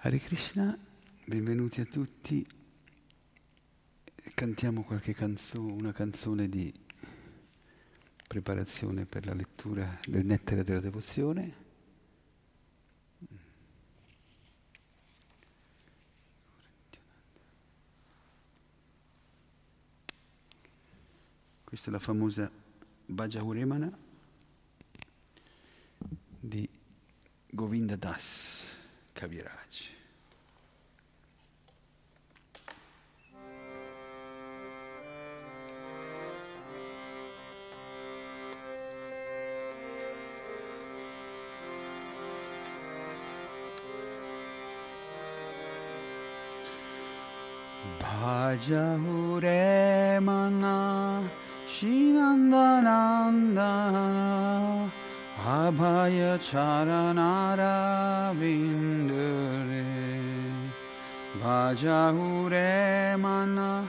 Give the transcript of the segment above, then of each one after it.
Hare Krishna, benvenuti a tutti. Cantiamo qualche canzone, una canzone di preparazione per la lettura del Nettare della Devozione. Questa è la famosa Bhajahuremana di Govinda Das Kaviraj. Bhajahuremana Shinandanandana Abhaya Charanara Vindure Bhajahuremana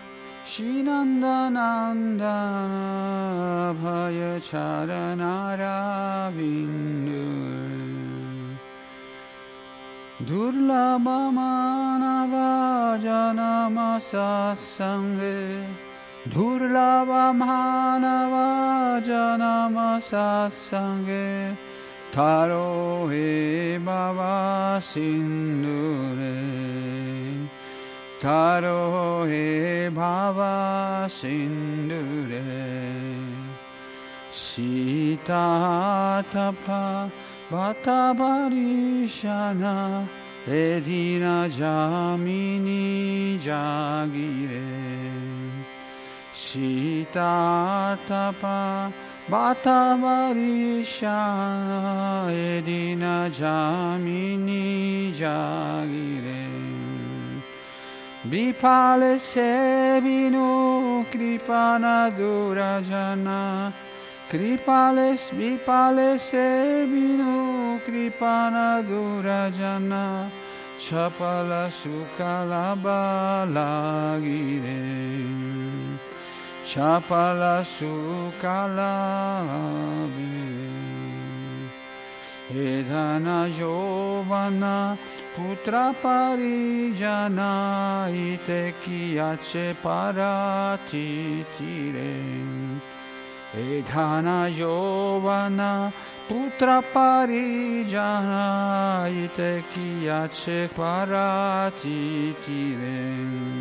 Shinandanandana Abhaya Charanara Vindure Durlabha manava janama satsange Durlabha manava janama satsange Taro he bhava sindure Taro he bhava sindure Sita tapa Bhata Parishana Edina Jamini Jagire Sita Tapa Bhata Parishana Edina Jamini Jagire Bipale Sevinu Kripana Durajana Kripales, Vipales, Ebinu, Kripana Durajana, Chapala Sukala Balagire, Chapala Sukala Bire, Edana Jovana, Putra Parijana, Itekiace Parati Tire. Edhana Jovana Putra Parijana Itekiace Parati Tire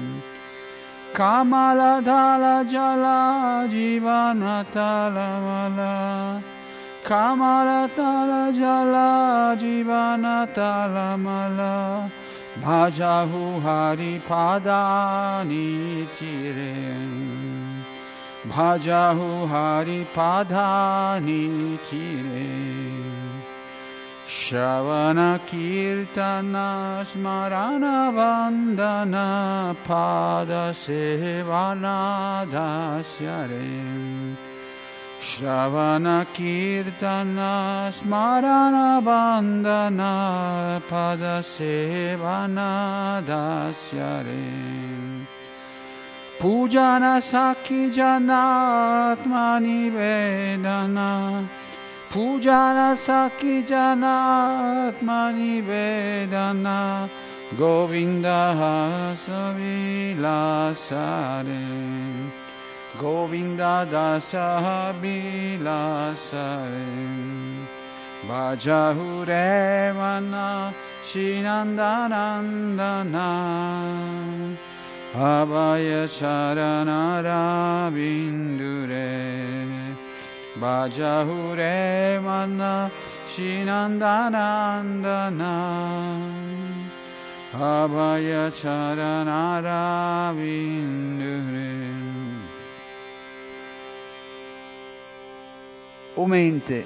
Kamala Dala Jala Jivana Talamala Kamala Dala Jala Jivana Talamala Bhajahu Hari Padani Tire Bhajahu Hari Padani Tire Shravana Kirtana Smarana Vandana Pada Sevana Dasyare Shravana Kirtana Smarana Vandana Pada Sevana Dasyare Pujana Sakhi Janatmani Vedana Pujana Sakhi Janatmani Vedana Govinda Savilasare Govinda Dasa Vilasare Bhajahuremana Shinandanandana Abhaya Charanara Vindure Bhajahuremana Shinandanandana Abhaya Charanara Vindure. O mente,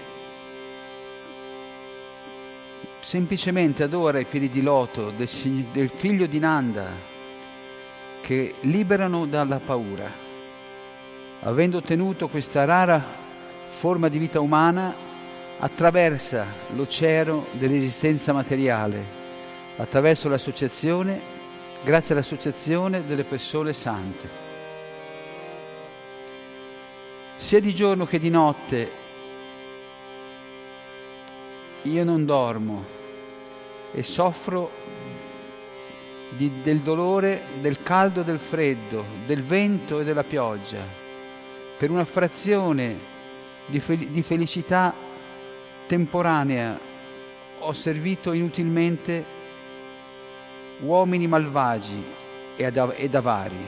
semplicemente adora i piedi di loto del figlio di Nanda che liberano dalla paura. Avendo ottenuto questa rara forma di vita umana, attraversa l'oceano dell'esistenza materiale, attraverso l'associazione, grazie all'associazione delle persone sante. Sia di giorno che di notte io non dormo e soffro del dolore, del caldo e del freddo, del vento e della pioggia. Per una frazione di felicità temporanea ho servito inutilmente uomini malvagi ed avari.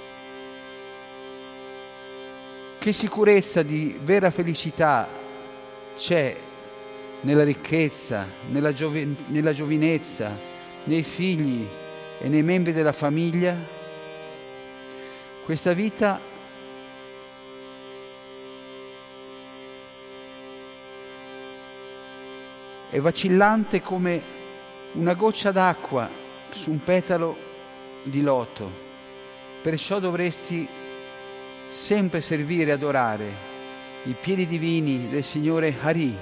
Che sicurezza di vera felicità c'è nella ricchezza, nella giovinezza, nei figli e nei membri della famiglia? Questa vita è vacillante come una goccia d'acqua su un petalo di loto. Perciò dovresti sempre servire e adorare i piedi divini del Signore Hari.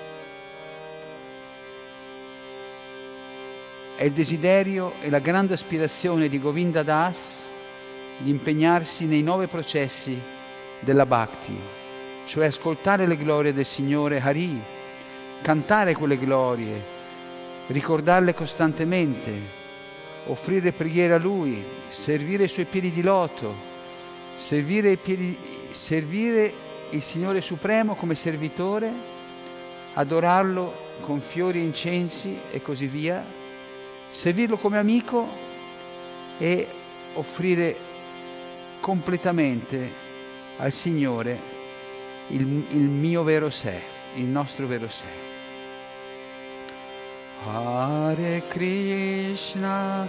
È il desiderio e la grande aspirazione di Govinda Das di impegnarsi nei 9 processi della Bhakti, cioè ascoltare le glorie del Signore Hari, cantare quelle glorie, ricordarle costantemente, offrire preghiere a Lui, servire i Suoi piedi di loto, servire il Signore Supremo come servitore, adorarlo con fiori e incensi e così via, servirlo come amico e offrire completamente al Signore il mio vero sé, il nostro vero sé. Hare Krishna,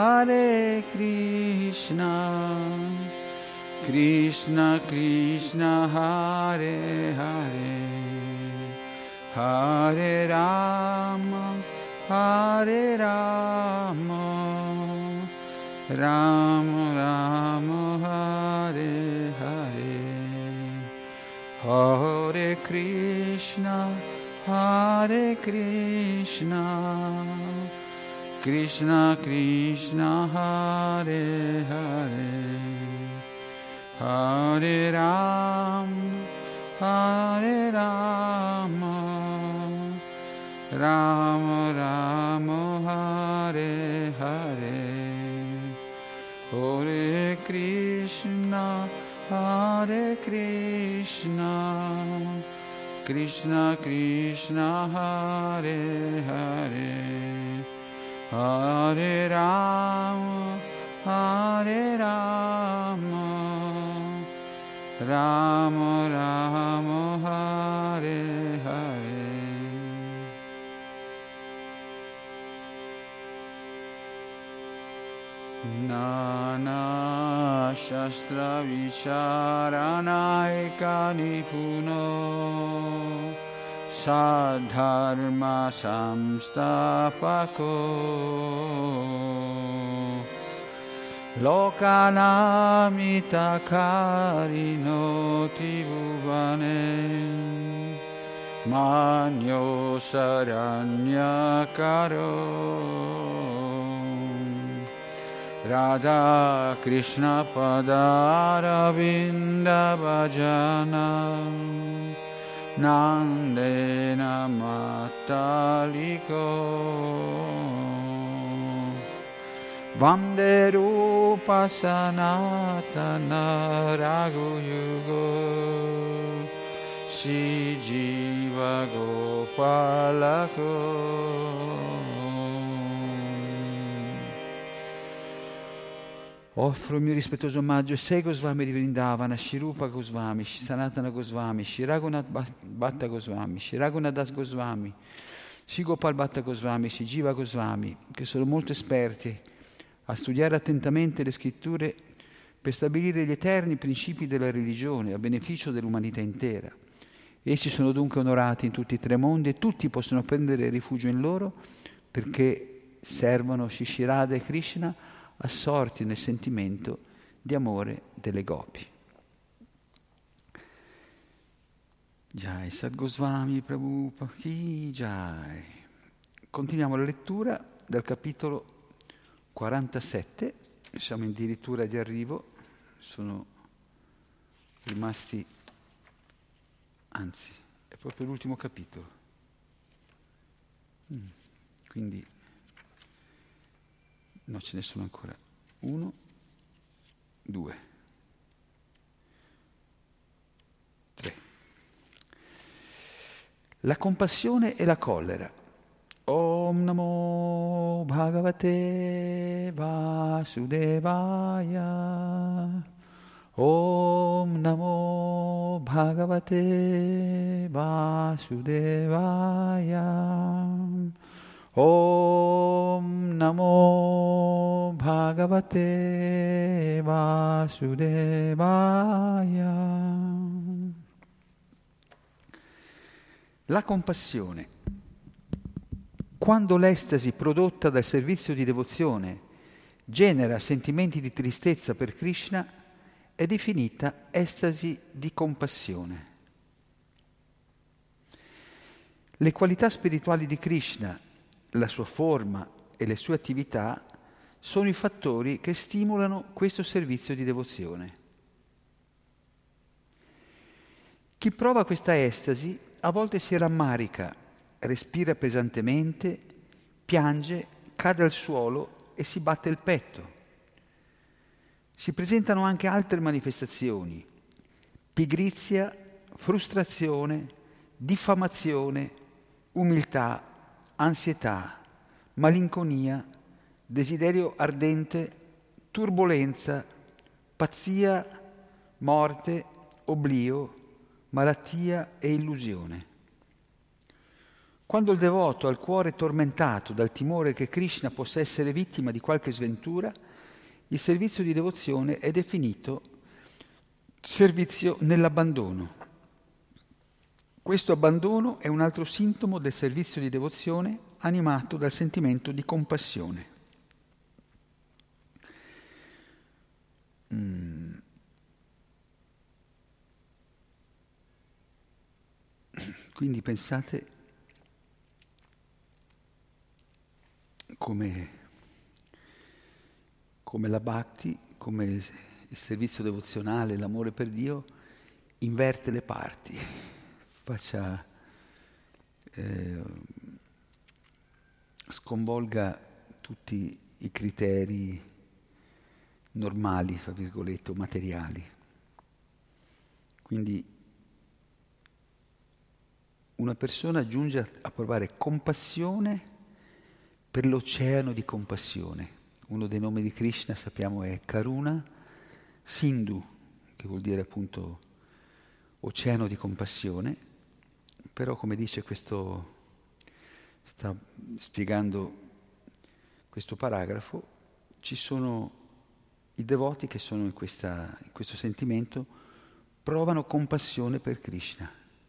Krishna Krishna, Hare Hare, Hare Rama, Hare Rama, Rama Rama, Hare Hare, Hare Krishna, Hare Krishna, Krishna Krishna, Hare Hare, Hare Rama, Hare Rama, Rama Rama, Hare Hare, Hare Krishna, Hare Krishna, Krishna Krishna, Hare Hare, Hare Rama, Hare Rama, Rama Rama, Hare Hare. Nana Shastra Vicharanaika Nipuno Sadharma Samstapako Lokanamita Karino Tribhuvane Manyo Saranyakaro Radha Krishna Padaravinda Bhajana Nandena Mataliko Vande Rupa Sanatana Raghuyugo Shri Jiva Gopalako. Offro il mio rispettoso omaggio a Sei Goswami di Vrindavana, Shri Rupa Goswami, Shri Sanatana Goswami, Shri Raghunath Bhatta Goswami, Shri Raghunath Das Goswami, Shri Gopal Bhatta Goswami, Shri Jiva Goswami, che sono molto esperti a studiare attentamente le scritture per stabilire gli eterni principi della religione a beneficio dell'umanità intera. Essi sono dunque onorati in tutti i 3 mondi e tutti possono prendere rifugio in loro perché servono Shri Radha e Krishna assorti nel sentimento di amore delle gopi. Jai Sad Goswami Prabhupada Ki Jai. Continuiamo la lettura dal capitolo 47, siamo addirittura di arrivo, sono rimasti, anzi, è proprio l'ultimo capitolo. Quindi No, ce ne sono ancora 1, 2, 3. La compassione e la collera. Om Namo Bhagavate Vasudevaya. Om Namo Bhagavate Vasudevaya. Om Namo Bhagavate Vasudevaya. La compassione. Quando l'estasi prodotta dal servizio di devozione genera sentimenti di tristezza per Krishna, è definita estasi di compassione. Le qualità spirituali di Krishna, la sua forma e le sue attività sono i fattori che stimolano questo servizio di devozione. Chi prova questa estasi a volte si rammarica, respira pesantemente, piange, cade al suolo e si batte il petto. Si presentano anche altre manifestazioni: pigrizia, frustrazione, diffamazione, umiltà, ansietà, malinconia, desiderio ardente, turbolenza, pazzia, morte, oblio, malattia e illusione. Quando il devoto ha il cuore tormentato dal timore che Krishna possa essere vittima di qualche sventura, il servizio di devozione è definito servizio nell'abbandono. Questo abbandono è un altro sintomo del servizio di devozione animato dal sentimento di compassione. Quindi pensate come la bhakti, come il servizio devozionale, l'amore per Dio, inverte le parti, sconvolga tutti i criteri normali, fra virgolette, o materiali. Quindi una persona giunge a provare compassione per l'oceano di compassione. Uno dei nomi di Krishna, sappiamo, è Karuna Sindhu, che vuol dire appunto oceano di compassione, però come dice questo, sta spiegando questo paragrafo, ci sono i devoti che sono in questo sentimento, provano compassione per Krishna.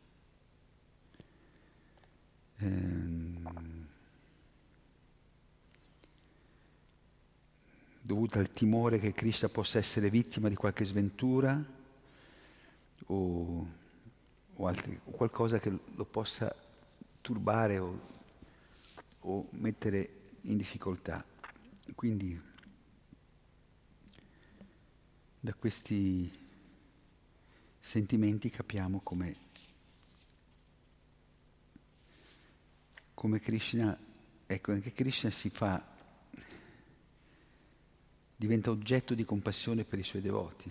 Dovuta al timore che Krishna possa essere vittima di qualche sventura o qualcosa che lo possa turbare o mettere in difficoltà. Quindi da questi sentimenti capiamo come Krishna, ecco, anche Krishna diventa oggetto di compassione per i suoi devoti.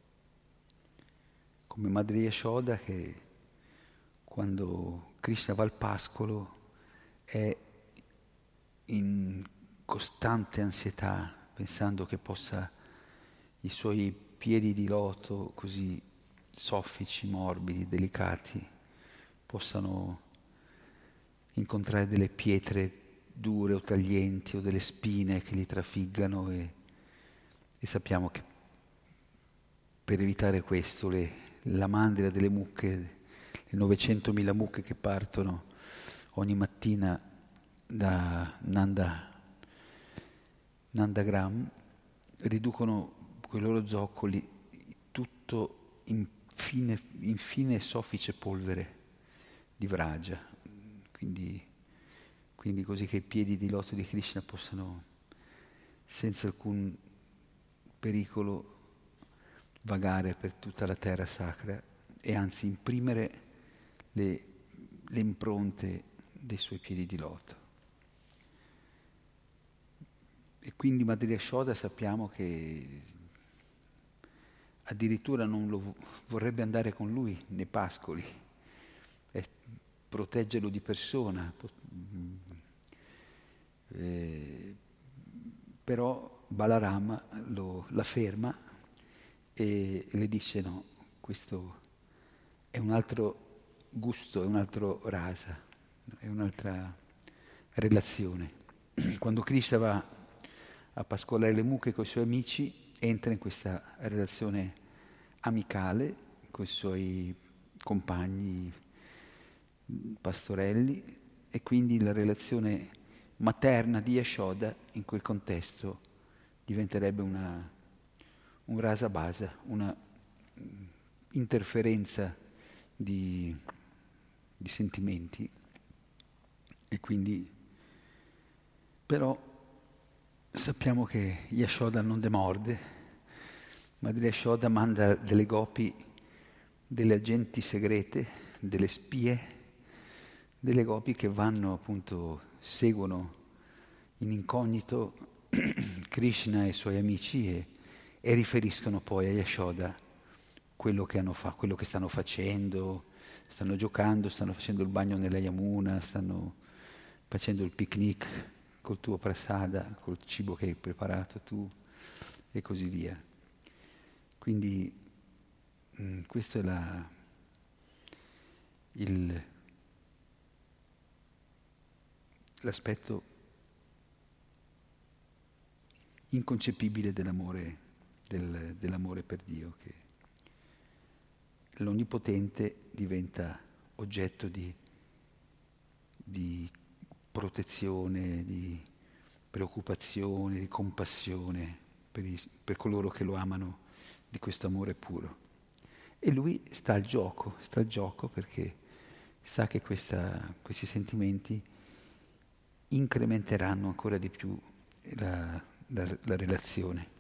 Come Madre Yashoda, che quando Krishna va al pascolo è in costante ansietà, pensando che i suoi piedi di loto così soffici, morbidi, delicati, possano incontrare delle pietre dure o taglienti o delle spine che li trafiggano e sappiamo che per evitare questo la mandria delle mucche, le 900.000 mucche che partono ogni mattina da Nandagram riducono con i loro zoccoli tutto in fine soffice polvere di Vraja, quindi così che i piedi di loto di Krishna possano senza alcun pericolo vagare per tutta la terra sacra e anzi imprimere le impronte dei suoi piedi di loto. E Quindi Madre Yashoda sappiamo che addirittura non lo vorrebbe andare con lui nei pascoli e proteggerlo di persona. Però Balarama la ferma e le dice no, questo è un altro gusto, è un altro rasa, è un'altra relazione. Quando Krishna va a pascolare le mucche con i suoi amici, entra in questa relazione amicale con i suoi compagni pastorelli e quindi la relazione materna di Yashoda in quel contesto diventerebbe un rasa basa, una interferenza di sentimenti e quindi però sappiamo che Yashoda non demorde, Madre Yashoda manda delle gopi, delle agenti segrete, delle spie, delle gopi che vanno appunto, seguono in incognito Krishna e i suoi amici e riferiscono poi a Yashoda quello che quello che stanno facendo, stanno giocando, stanno facendo il bagno nella Yamuna, stanno facendo il picnic col tuo prasada, col cibo che hai preparato tu e così via. Quindi questo è l'aspetto inconcepibile dell'amore per Dio, che l'Onnipotente diventa oggetto di protezione, di preoccupazione, di compassione per coloro che lo amano di questo amore puro. E lui sta al gioco perché sa che questi sentimenti incrementeranno ancora di più la relazione.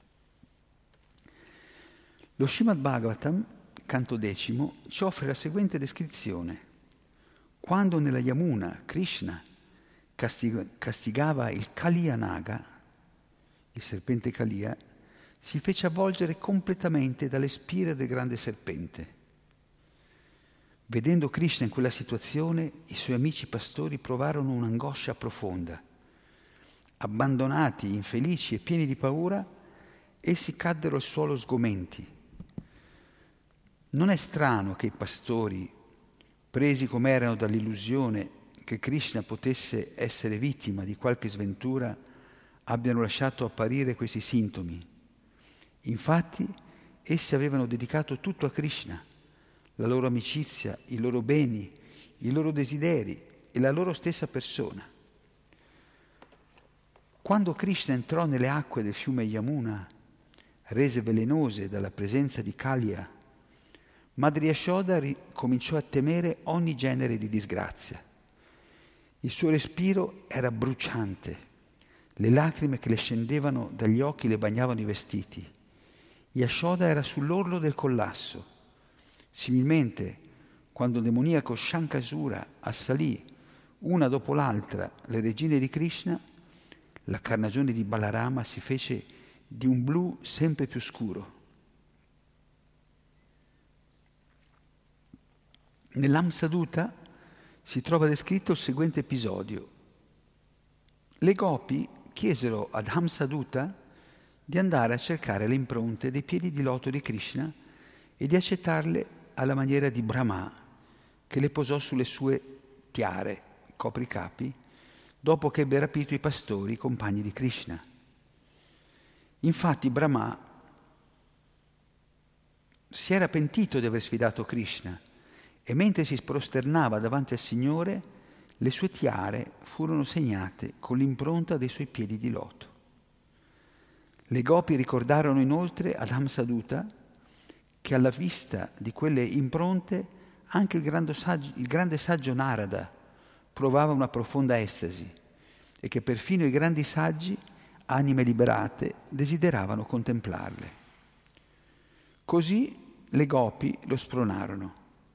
Lo Srimad Bhagavatam, canto 10, ci offre la seguente descrizione. Quando nella Yamuna Krishna castigava il Kaliyanaga, il serpente Kaliya, si fece avvolgere completamente dalle spire del grande serpente. Vedendo Krishna in quella situazione, i suoi amici pastori provarono un'angoscia profonda. Abbandonati, infelici e pieni di paura, essi caddero al suolo sgomenti. Non è strano che i pastori, presi come erano dall'illusione che Krishna potesse essere vittima di qualche sventura, abbiano lasciato apparire questi sintomi. Infatti, essi avevano dedicato tutto a Krishna, la loro amicizia, i loro beni, i loro desideri e la loro stessa persona. Quando Krishna entrò nelle acque del fiume Yamuna, rese velenose dalla presenza di Kaliya, Madre Yashoda cominciò a temere ogni genere di disgrazia. Il suo respiro era bruciante, le lacrime che le scendevano dagli occhi le bagnavano i vestiti. Yashoda era sull'orlo del collasso. Similmente, quando il demoniaco Shankasura assalì una dopo l'altra le regine di Krishna, la carnagione di Balarama si fece di un blu sempre più scuro. Nell'Amsaduta si trova descritto il seguente episodio. Le gopi chiesero ad Hamsaduta di andare a cercare le impronte dei piedi di loto di Krishna e di accettarle alla maniera di Brahma, che le posò sulle sue tiare, copricapi, dopo che ebbe rapito i pastori, i compagni di Krishna. Infatti Brahma si era pentito di aver sfidato Krishna e mentre si prosternava davanti al Signore, le sue tiare furono segnate con l'impronta dei suoi piedi di loto. Le gopi ricordarono inoltre ad Hamsaduta che alla vista di quelle impronte anche il grande saggio Narada provava una profonda estasi e che perfino i grandi saggi, anime liberate, desideravano contemplarle. Così le gopi lo spronarono.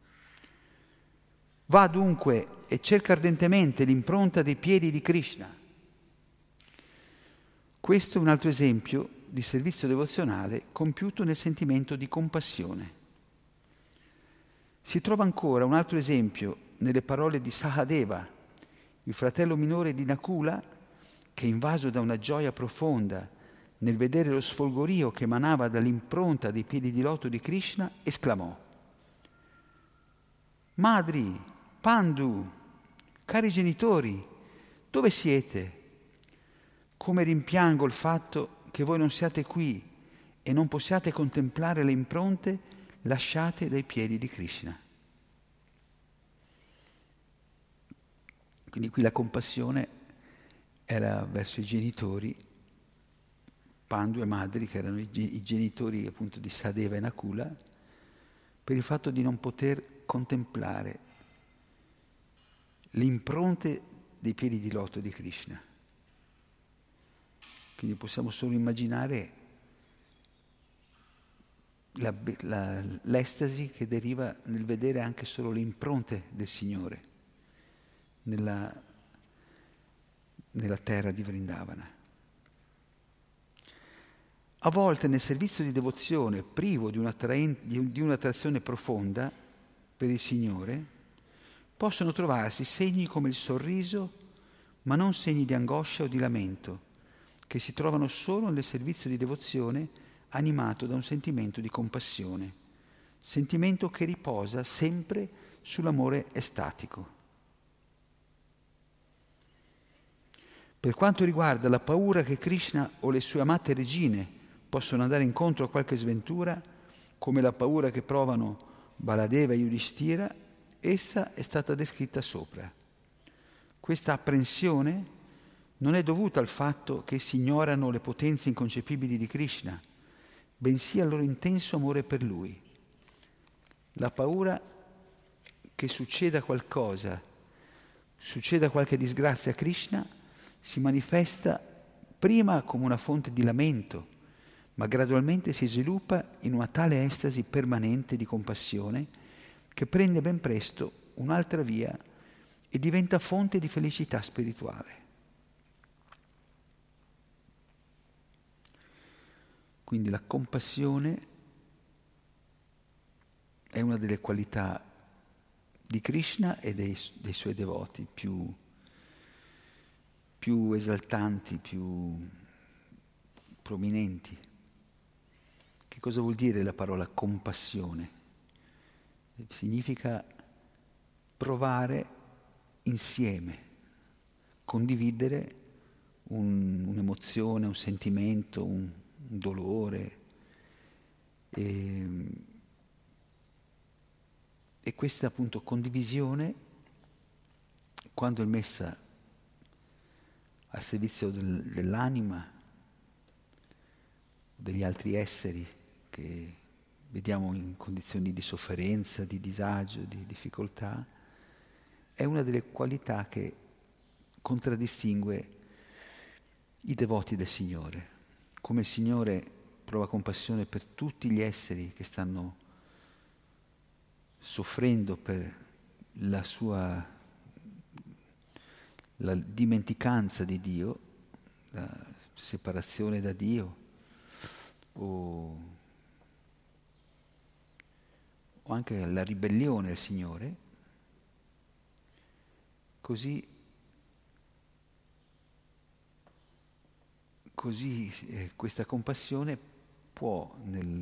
Va dunque e cerca ardentemente l'impronta dei piedi di Krishna. Questo è un altro esempio di servizio devozionale compiuto nel sentimento di compassione. Si trova ancora un altro esempio nelle parole di Sahadeva, il fratello minore di Nakula, che, invaso da una gioia profonda nel vedere lo sfolgorio che emanava dall'impronta dei piedi di loto di Krishna, esclamò: «Madri, Pandu, cari genitori, dove siete? Come rimpiango il fatto che voi non siate qui e non possiate contemplare le impronte lasciate dai piedi di Krishna». Quindi qui la compassione era verso i genitori, Pandu e Madri, che erano i genitori appunto di Sadeva e Nakula, per il fatto di non poter contemplare le impronte dei piedi di loto di Krishna. Quindi possiamo solo immaginare l'estasi che deriva nel vedere anche solo le impronte del Signore nella terra di Vrindavana. A volte nel servizio di devozione, privo di un'attrazione profonda per il Signore, possono trovarsi segni come il sorriso, ma non segni di angoscia o di lamento, che si trovano solo nel servizio di devozione animato da un sentimento di compassione, sentimento che riposa sempre sull'amore estatico. Per quanto riguarda la paura che Krishna o le sue amate regine possono andare incontro a qualche sventura, come la paura che provano Baladeva e Yudhishthira, essa è stata descritta sopra. Questa apprensione non è dovuta al fatto che essi ignorano le potenze inconcepibili di Krishna, bensì al loro intenso amore per Lui. La paura che succeda qualche disgrazia a Krishna si manifesta prima come una fonte di lamento, ma gradualmente si sviluppa in una tale estasi permanente di compassione che prende ben presto un'altra via e diventa fonte di felicità spirituale. Quindi la compassione è una delle qualità di Krishna e dei suoi devoti più esaltanti, più prominenti. Che cosa vuol dire la parola compassione? Significa provare insieme, condividere un'emozione, un sentimento, un dolore. E questa appunto condivisione, quando è messa al servizio dell'anima, degli altri esseri che vediamo in condizioni di sofferenza, di disagio, di difficoltà, è una delle qualità che contraddistingue i devoti del Signore. Come il Signore prova compassione per tutti gli esseri che stanno soffrendo per la dimenticanza di Dio, la separazione da Dio, o anche la ribellione al Signore, così questa compassione può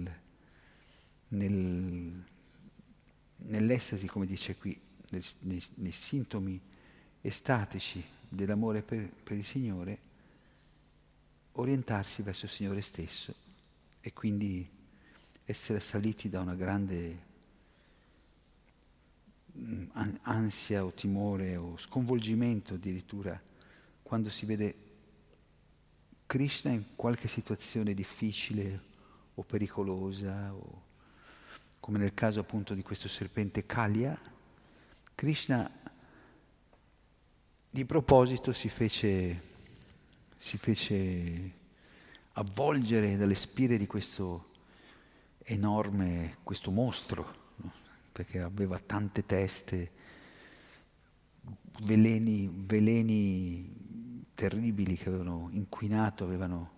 nell'estasi, come dice qui, nei sintomi estatici dell'amore per il Signore, orientarsi verso il Signore stesso e quindi essere assaliti da una grande ansia o timore o sconvolgimento addirittura quando si vede Krishna in qualche situazione difficile o pericolosa, o come nel caso appunto di questo serpente Kalia. Krishna di proposito si fece avvolgere dalle spire di questo enorme, questo mostro, no? Perché aveva tante teste, veleni terribili che avevano inquinato, avevano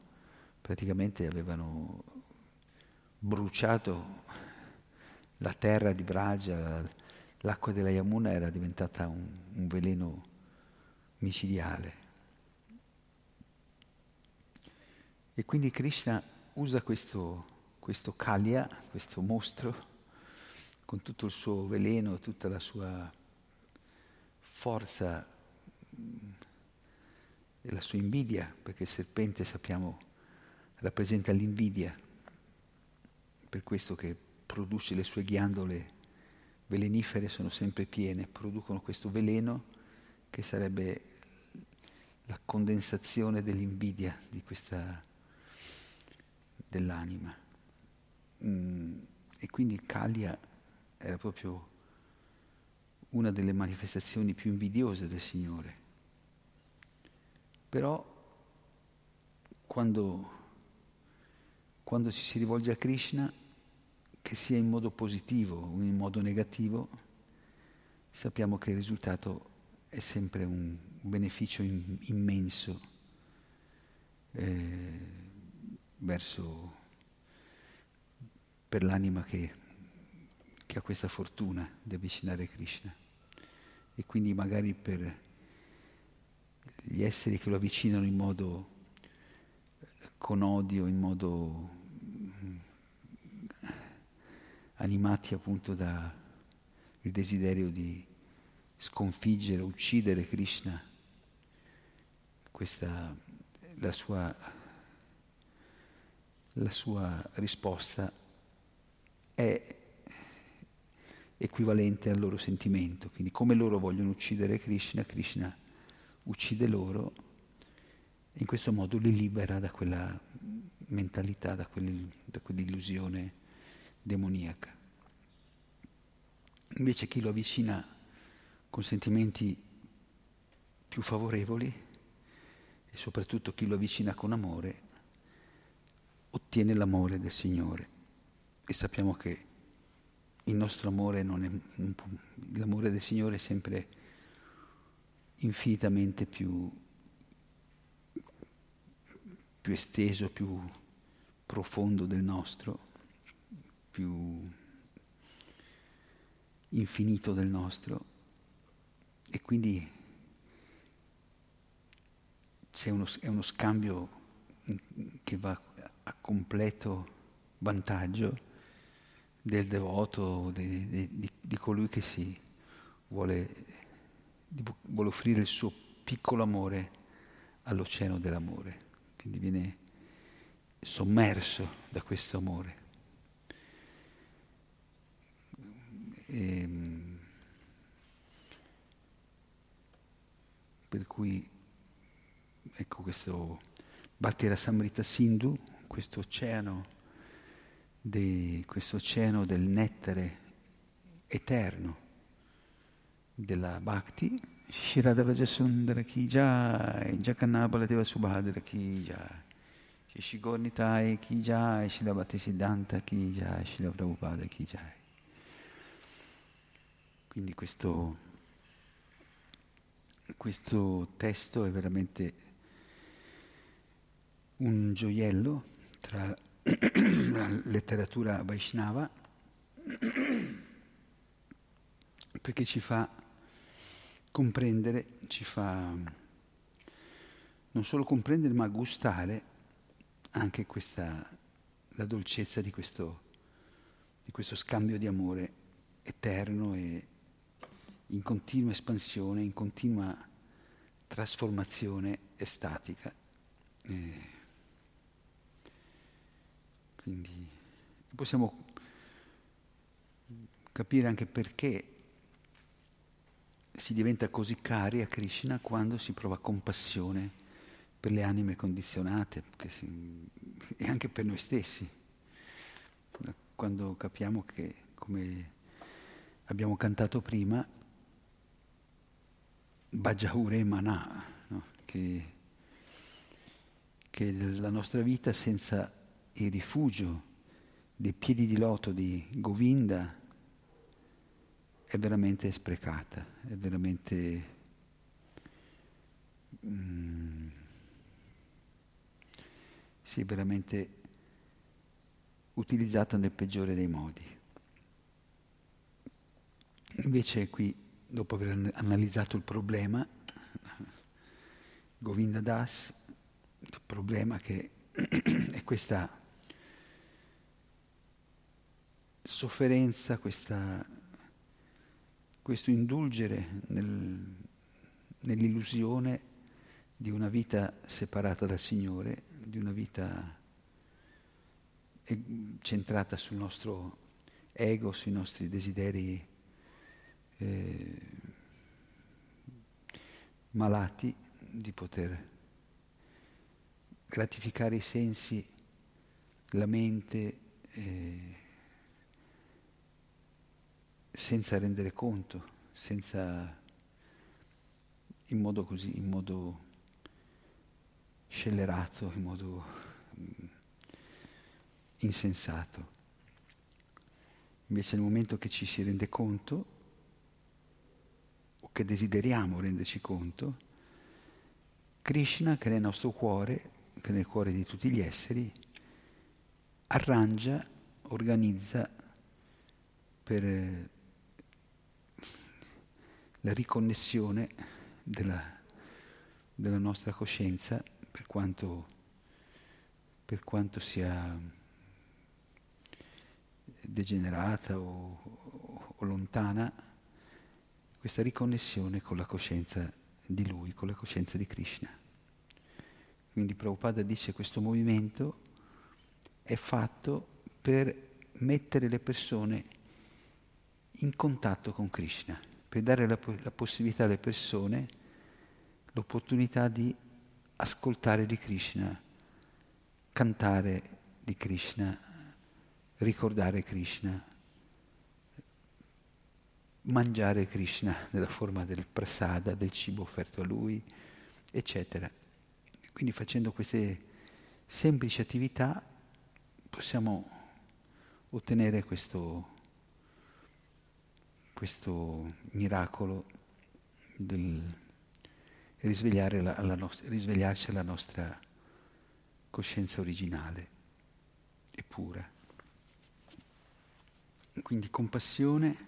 bruciato la terra di Vraja, l'acqua della Yamuna era diventata un veleno micidiale. E quindi Krishna usa questo Kalya, questo mostro, con tutto il suo veleno, tutta la sua forza e la sua invidia, perché il serpente, sappiamo, rappresenta l'invidia, per questo che produce le sue ghiandole velenifere, sono sempre piene, producono questo veleno che sarebbe la condensazione dell'invidia dell'anima. E quindi Kalya era proprio una delle manifestazioni più invidiose del Signore. Però quando ci si rivolge a Krishna, che sia in modo positivo o in modo negativo, sappiamo che il risultato è sempre un beneficio immenso per l'anima che ha questa fortuna di avvicinare Krishna. E quindi magari per gli esseri che lo avvicinano in modo con odio, in modo animati appunto da il desiderio di sconfiggere, uccidere Krishna, la sua risposta è equivalente al loro sentimento. Quindi come loro vogliono uccidere Krishna, Krishna uccide loro e in questo modo li libera da quella mentalità, da quell'illusione demoniaca. Invece chi lo avvicina con sentimenti più favorevoli e soprattutto chi lo avvicina con amore ottiene l'amore del Signore. E sappiamo che il nostro amore l'amore del Signore è sempre infinitamente più esteso, più profondo del nostro, più infinito del nostro, e quindi è uno scambio che va a completo vantaggio del devoto, di colui che vuole offrire il suo piccolo amore all'oceano dell'amore, quindi viene sommerso da questo amore. Per cui ecco questo Bhakti Rasamrita Sindhu, questo oceano del nettare eterno della Bhakti, Shri Radha Sundara Ki Jai, Jagannath Baladeva Subhadra Ki Jai, Shri Gornitai Ki Jai, Shri Bhakti Siddhanta Ki Jai, Shri Prabhupada Ki Jai. Quindi questo testo è veramente un gioiello tra la letteratura Vaishnava, perché ci fa comprendere, ci fa non solo comprendere ma gustare anche la dolcezza di questo scambio di amore eterno e in continua espansione, in continua trasformazione estatica. Quindi possiamo capire anche perché si diventa così cari a Krishna quando si prova compassione per le anime condizionate e anche per noi stessi. Quando capiamo che, come abbiamo cantato prima, Bhajahure Mana, no? che la nostra vita senza il rifugio dei piedi di loto di Govinda è veramente sprecata, è veramente sia veramente utilizzata nel peggiore dei modi. Invece qui, dopo aver analizzato il problema, Govinda Das, il problema che è questa sofferenza, questo indulgere nell'illusione di una vita separata dal Signore, di una vita centrata sul nostro ego, sui nostri desideri malati, di poter gratificare i sensi, la mente, senza rendere conto, in modo scellerato, in modo insensato. Invece nel momento che ci si rende conto, o che desideriamo renderci conto, Krishna, che è nel nostro cuore, che è nel cuore di tutti gli esseri, arrangia, organizza per la riconnessione della nostra coscienza, per quanto sia degenerata o lontana, questa riconnessione con la coscienza di Lui, con la coscienza di Krishna. Quindi Prabhupada dice che questo movimento è fatto per mettere le persone in contatto con Krishna, per dare la possibilità alle persone, l'opportunità di ascoltare di Krishna, cantare di Krishna, ricordare Krishna, mangiare Krishna nella forma del prasada, del cibo offerto a Lui, eccetera. Quindi facendo queste semplici attività possiamo ottenere questo miracolo del risvegliarci alla nostra coscienza originale e pura. Quindi compassione.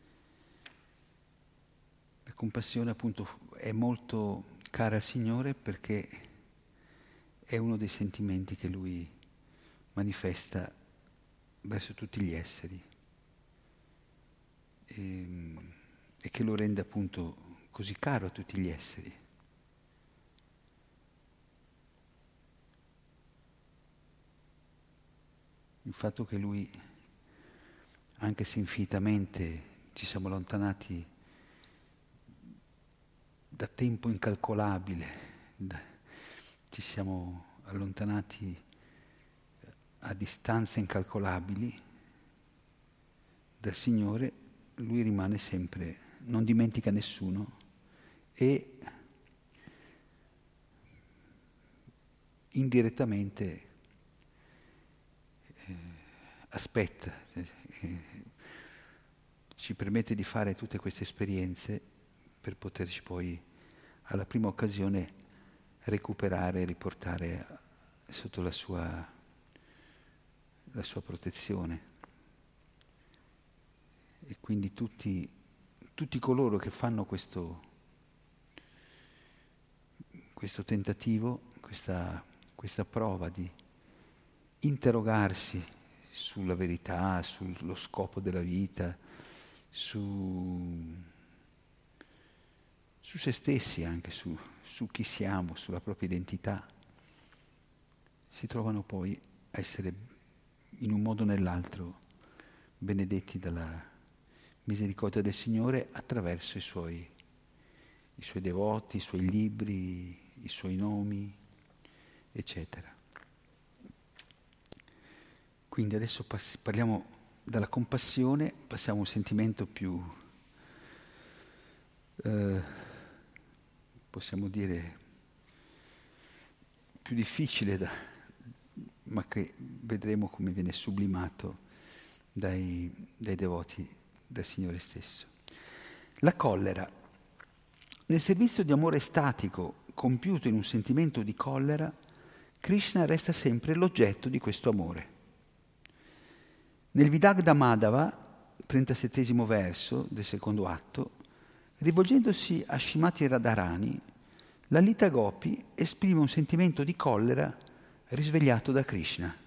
La compassione appunto è molto cara al Signore perché è uno dei sentimenti che Lui manifesta verso tutti gli esseri e che lo rende appunto così caro a tutti gli esseri. Il fatto che Lui, anche se infinitamente ci siamo allontanati da tempo incalcolabile, ci siamo allontanati a distanze incalcolabili dal Signore, Lui rimane sempre, non dimentica nessuno e indirettamente aspetta, ci permette di fare tutte queste esperienze per poterci poi alla prima occasione recuperare e riportare sotto la sua protezione. E quindi tutti coloro che fanno questo tentativo, questa prova di interrogarsi sulla verità, sullo scopo della vita, su se stessi anche, su chi siamo, sulla propria identità, si trovano poi a essere in un modo o nell'altro benedetti dalla misericordia del Signore attraverso i suoi devoti, i suoi libri, i suoi nomi, eccetera. Quindi adesso parliamo dalla compassione, passiamo a un sentimento più, possiamo dire, più difficile, ma che vedremo come viene sublimato dai devoti del Signore stesso. La collera. Nel servizio di amore estatico compiuto in un sentimento di collera, Krishna resta sempre l'oggetto di questo amore. Nel Vidagdha Madhava, 37° verso del secondo atto, rivolgendosi a Srimati Radharani, Lalita Gopi esprime un sentimento di collera risvegliato da Krishna.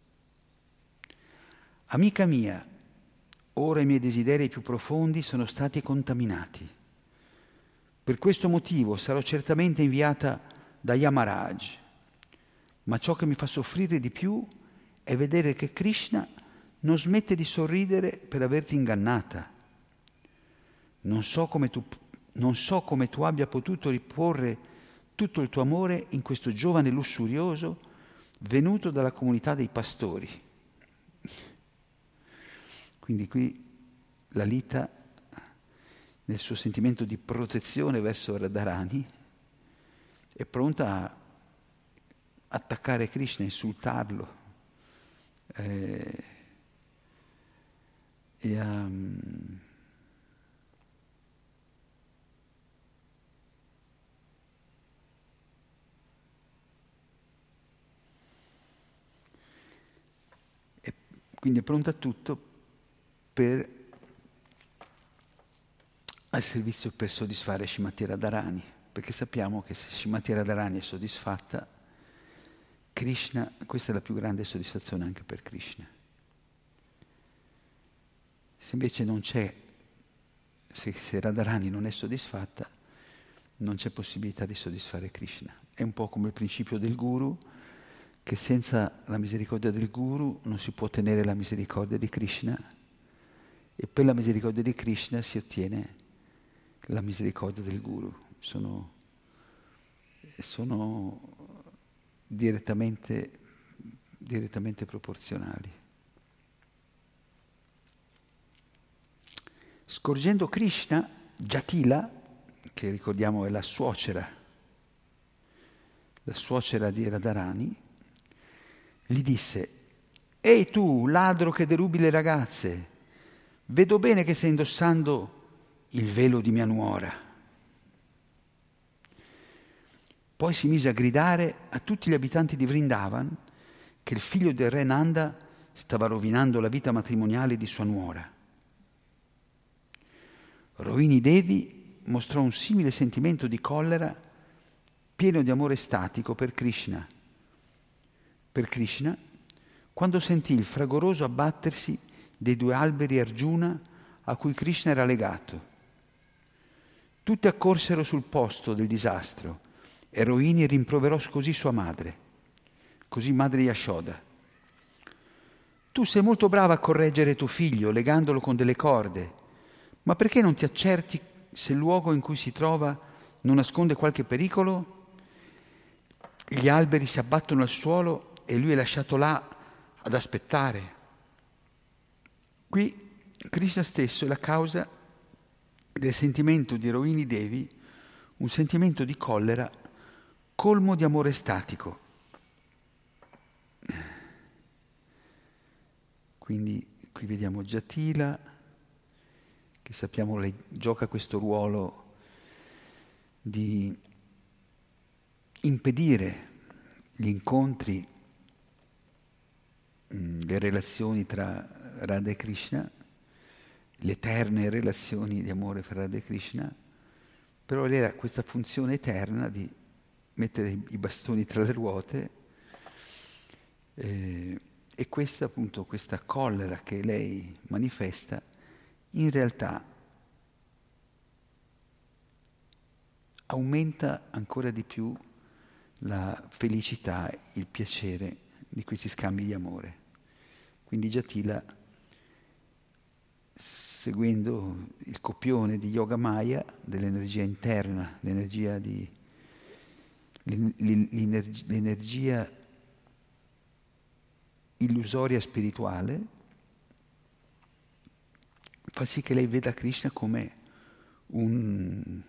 Amica mia, ora i miei desideri più profondi sono stati contaminati. Per questo motivo sarò certamente inviata da Yamaraj, ma ciò che mi fa soffrire di più è vedere che Krishna non smette di sorridere per averti ingannata. Non so come tu abbia potuto riporre tutto il tuo amore in questo giovane lussurioso venuto dalla comunità dei pastori. Quindi qui Lalita, nel suo sentimento di protezione verso Radharani, è pronta a attaccare Krishna, insultarlo e a quindi è pronta a tutto al servizio per soddisfare Srimati Radharani, perché sappiamo che se Srimati Radharani è soddisfatta, Krishna, questa è la più grande soddisfazione anche per Krishna. Se invece non c'è, se Radharani non è soddisfatta, non c'è possibilità di soddisfare Krishna. È un po' come il principio del guru, che senza la misericordia del guru non si può ottenere la misericordia di Krishna, e per la misericordia di Krishna si ottiene la misericordia del guru. Sono direttamente proporzionali. Scorgendo Krishna, Jatila, che ricordiamo è la suocera di Radharani, gli disse: «Ehi tu, ladro che derubi le ragazze, vedo bene che stai indossando il velo di mia nuora». Poi si mise a gridare a tutti gli abitanti di Vrindavan che il figlio del re Nanda stava rovinando la vita matrimoniale di sua nuora. Rohini Devi mostrò un simile sentimento di collera pieno di amore statico per Krishna, quando sentì il fragoroso abbattersi dei 2 alberi Arjuna a cui Krishna era legato. Tutti accorsero sul posto del disastro e Rohini rimproverò così sua madre, così madre Yashoda. «Tu sei molto brava a correggere tuo figlio legandolo con delle corde, ma perché non ti accerti se il luogo in cui si trova non nasconde qualche pericolo? Gli alberi si abbattono al suolo e lui è lasciato là ad aspettare». Qui Krishna stesso è la causa del sentimento di Rohini Devi, un sentimento di collera colmo di amore statico. Quindi qui vediamo Jatila, che sappiamo lei gioca questo ruolo di impedire gli incontri, le relazioni tra Radha e Krishna, le eterne relazioni di amore fra Radha e Krishna, però lei ha questa funzione eterna di mettere i bastoni tra le ruote, e questa appunto, questa collera che lei manifesta, in realtà aumenta ancora di più la felicità, il piacere di questi scambi di amore. Quindi Jatila, seguendo il copione di Yoga Maya, dell'energia interna, l'energia illusoria spirituale, fa sì che lei veda Krishna come un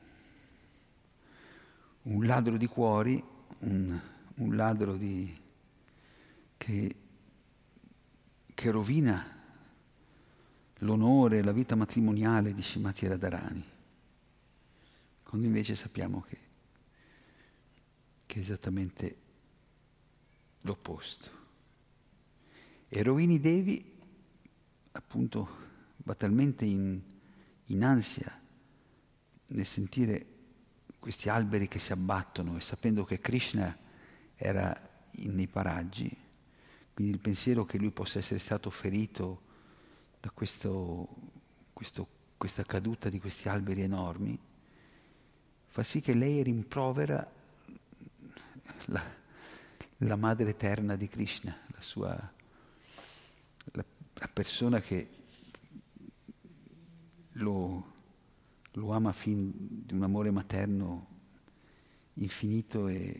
ladro di cuori, un ladro che rovina l'onore e la vita matrimoniale di Srimati Radharani, quando invece sappiamo che è esattamente l'opposto. E Rohini Devi, appunto, va talmente in ansia nel sentire questi alberi che si abbattono e sapendo che Krishna era nei paraggi, quindi il pensiero che lui possa essere stato ferito da questa caduta di questi alberi enormi, fa sì che lei rimprovera la madre eterna di Krishna, la persona che lo ama fin di un amore materno infinito e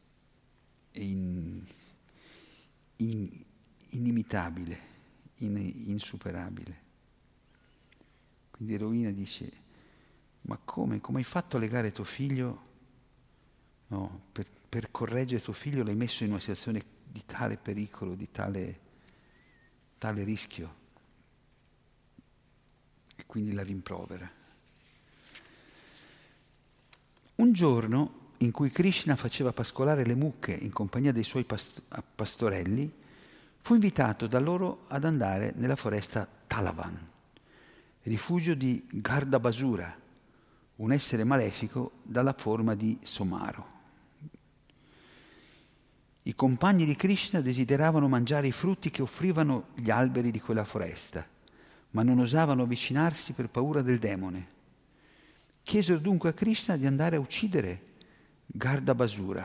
inimitabile, insuperabile. Quindi Rohini dice: ma come hai fatto a legare tuo figlio? No, per correggere tuo figlio l'hai messo in una situazione di tale pericolo, di tale rischio. E quindi la rimprovera. Un giorno in cui Krishna faceva pascolare le mucche in compagnia dei suoi pastorelli, fu invitato da loro ad andare nella foresta Talavan, rifugio di Gardabasura, un essere malefico dalla forma di somaro. I compagni di Krishna desideravano mangiare i frutti che offrivano gli alberi di quella foresta, ma non osavano avvicinarsi per paura del demone. Chiesero dunque a Krishna di andare a uccidere Gardabasura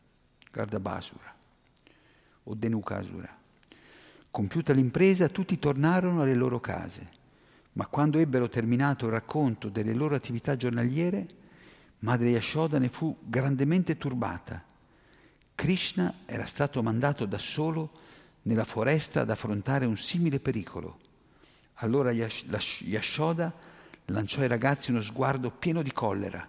o Dhenukasura. Compiuta l'impresa, tutti tornarono alle loro case, ma quando ebbero terminato il racconto delle loro attività giornaliere, Madre Yashoda ne fu grandemente turbata. Krishna era stato mandato da solo nella foresta ad affrontare un simile pericolo. Allora Yashoda lanciò ai ragazzi uno sguardo pieno di collera.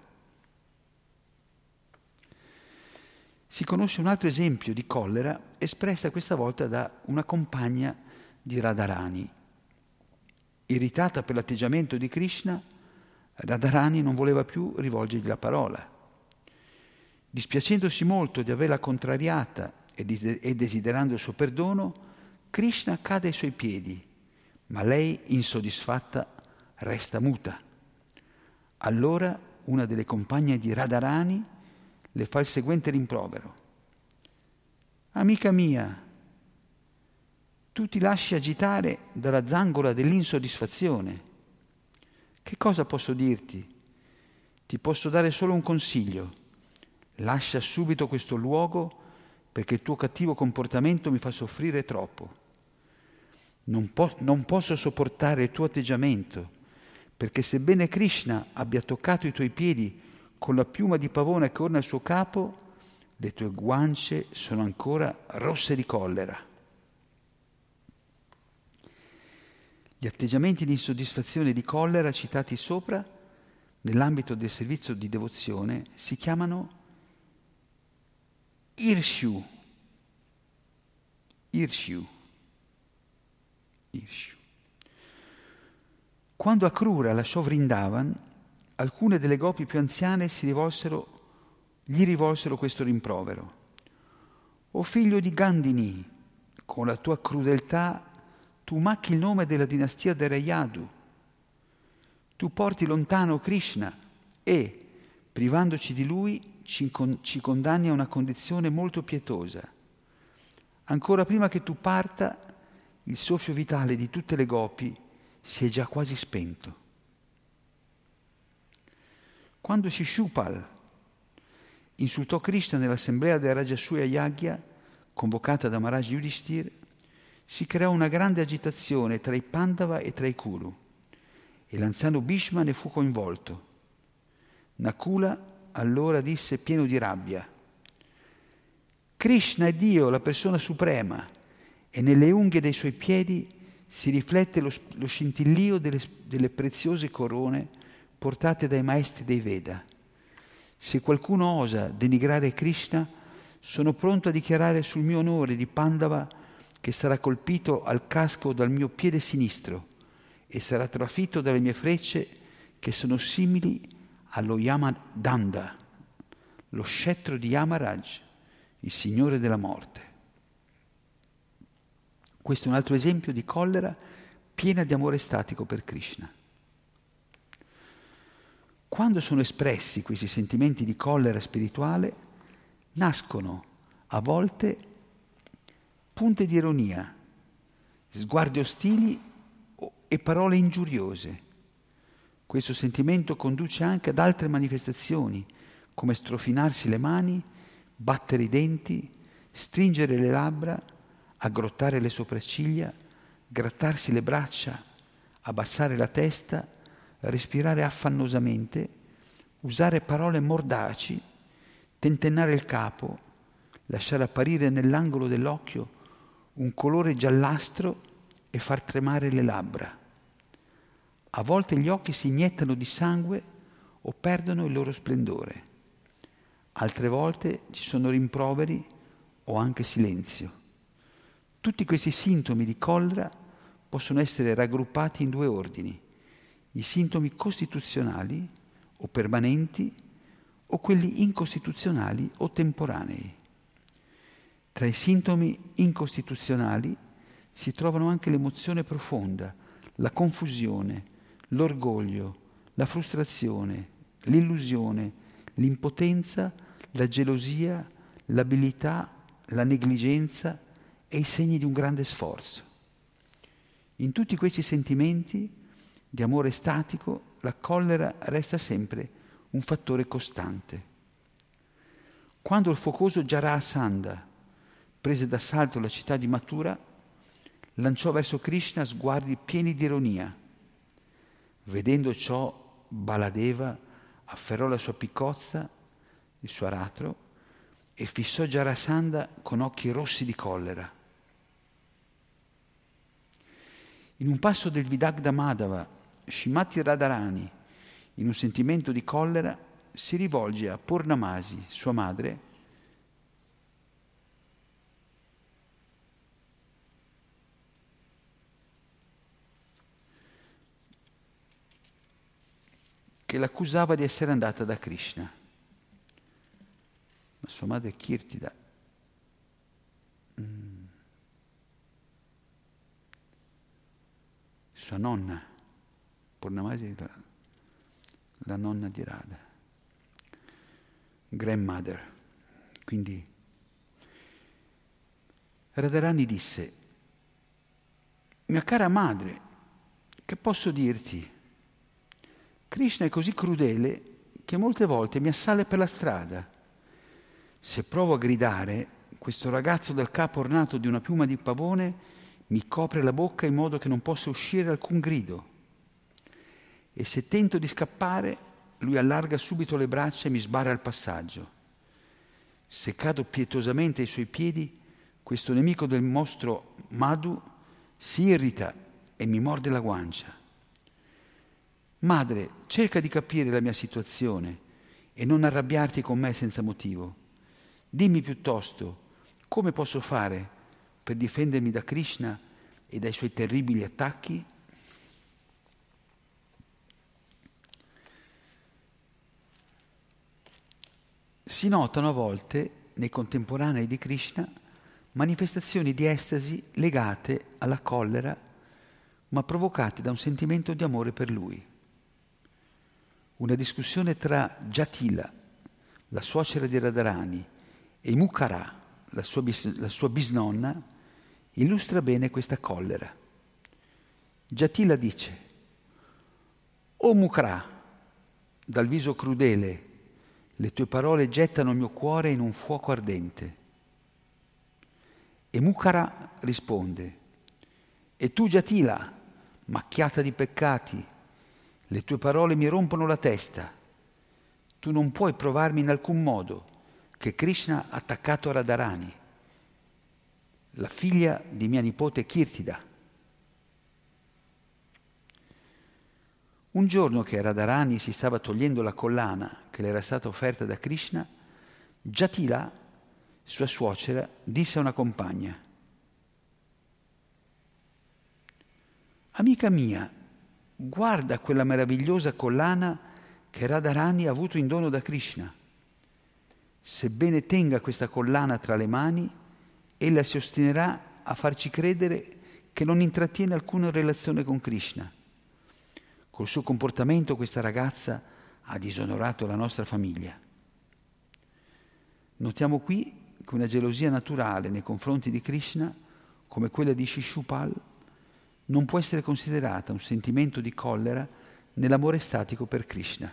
Si conosce un altro esempio di collera espressa questa volta da una compagna di Radharani. Irritata per l'atteggiamento di Krishna, Radharani non voleva più rivolgergli la parola. Dispiacendosi molto di averla contrariata e desiderando il suo perdono, Krishna cade ai suoi piedi, ma lei, insoddisfatta, resta muta. Allora una delle compagne di Radharani le fa il seguente rimprovero: amica mia, tu ti lasci agitare dalla zangola dell'insoddisfazione. Che cosa posso dirti? Ti posso dare solo un consiglio: lascia subito questo luogo perché il tuo cattivo comportamento mi fa soffrire troppo. Non posso sopportare il tuo atteggiamento, perché sebbene Krishna abbia toccato i tuoi piedi con la piuma di pavone che orna il suo capo, le tue guance sono ancora rosse di collera. Gli atteggiamenti di insoddisfazione e di collera citati sopra, nell'ambito del servizio di devozione, si chiamano Irshu. Quando Akrura lasciò Vrindavan, alcune delle gopi più anziane gli rivolsero questo rimprovero: o figlio di Gandini, con la tua crudeltà tu macchi il nome della dinastia dei Yadu. Tu porti lontano Krishna e, privandoci di lui, ci condanni a una condizione molto pietosa. Ancora prima che tu parta, il soffio vitale di tutte le gopi si è già quasi spento. Quando Shishupal insultò Krishna nell'assemblea del Rajasuya Yagya, convocata da Maharaj Yudhishthira, si creò una grande agitazione tra i Pandava e tra i Kuru, e l'anziano Bhishma ne fu coinvolto. Nakula allora disse pieno di rabbia: Krishna è Dio, la persona suprema, e nelle unghie dei suoi piedi si riflette lo scintillio delle preziose corone portate dai maestri dei Veda. Se qualcuno osa denigrare Krishna, sono pronto a dichiarare sul mio onore di Pandava che sarà colpito al casco dal mio piede sinistro e sarà trafitto dalle mie frecce che sono simili allo Yamadanda, lo scettro di Yamaraj, il signore della morte. Questo è un altro esempio di collera piena di amore estatico per Krishna. Quando sono espressi questi sentimenti di collera spirituale, nascono a volte punte di ironia, sguardi ostili e parole ingiuriose. Questo sentimento conduce anche ad altre manifestazioni, come strofinarsi le mani, battere i denti, stringere le labbra, aggrottare le sopracciglia, grattarsi le braccia, abbassare la testa, respirare affannosamente, usare parole mordaci, tentennare il capo, lasciare apparire nell'angolo dell'occhio un colore giallastro e far tremare le labbra. A volte gli occhi si iniettano di sangue o perdono il loro splendore. Altre volte ci sono rimproveri o anche silenzio. Tutti questi sintomi di collera possono essere raggruppati in due ordini: i sintomi costituzionali o permanenti o quelli incostituzionali o temporanei. Tra i sintomi incostituzionali si trovano anche l'emozione profonda, la confusione, l'orgoglio, la frustrazione, l'illusione, l'impotenza, la gelosia, l'abilità, la negligenza e i segni di un grande sforzo. In tutti questi sentimenti di amore statico, la collera resta sempre un fattore costante. Quando il focoso Jarasandha prese d'assalto la città di Mathura, lanciò verso Krishna sguardi pieni di ironia. Vedendo ciò, Baladeva afferrò la sua piccozza, il suo aratro, e fissò Jarasandha con occhi rossi di collera. In un passo del Vidagdha Madhava, Srimati Radharani, in un sentimento di collera, si rivolge a Purnamasi, sua madre, che l'accusava di essere andata da Krishna. Ma sua madre Kirtida sua nonna, Purnamasi, la nonna di Radha, grandmother. Quindi Radharani disse: mia cara madre, che posso dirti? Krishna è così crudele che molte volte mi assale per la strada. Se provo a gridare, questo ragazzo dal capo ornato di una piuma di pavone mi copre la bocca in modo che non possa uscire alcun grido. E se tento di scappare, lui allarga subito le braccia e mi sbarra il passaggio. Se cado pietosamente ai suoi piedi, questo nemico del mostro Madhu si irrita e mi morde la guancia. Madre, cerca di capire la mia situazione e non arrabbiarti con me senza motivo. Dimmi piuttosto come posso fare per difendermi da Krishna e dai suoi terribili attacchi? Si notano a volte, nei contemporanei di Krishna, manifestazioni di estasi legate alla collera, ma provocate da un sentimento di amore per lui. Una discussione tra Jatila, la suocera di Radharani, e Mukara, la sua bisnonna, illustra bene questa collera. Jatila dice: «O Mukara, dal viso crudele, le tue parole gettano il mio cuore in un fuoco ardente». E Mukara risponde: «E tu, Jatila, macchiata di peccati, le tue parole mi rompono la testa. Tu non puoi provarmi in alcun modo che Krishna ha attaccato Radharani, la figlia di mia nipote Kirtida». Un giorno che Radharani si stava togliendo la collana che le era stata offerta da Krishna, Jatila, sua suocera, disse a una compagna: «Amica mia, guarda quella meravigliosa collana che Radharani ha avuto in dono da Krishna. Sebbene tenga questa collana tra le mani, ella si ostinerà a farci credere che non intrattiene alcuna relazione con Krishna. Col suo comportamento questa ragazza ha disonorato la nostra famiglia. Notiamo qui che una gelosia naturale nei confronti di Krishna, come quella di Shishupal, non può essere considerata un sentimento di collera nell'amore estatico per Krishna.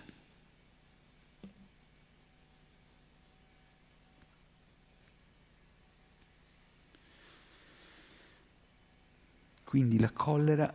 Quindi la collera,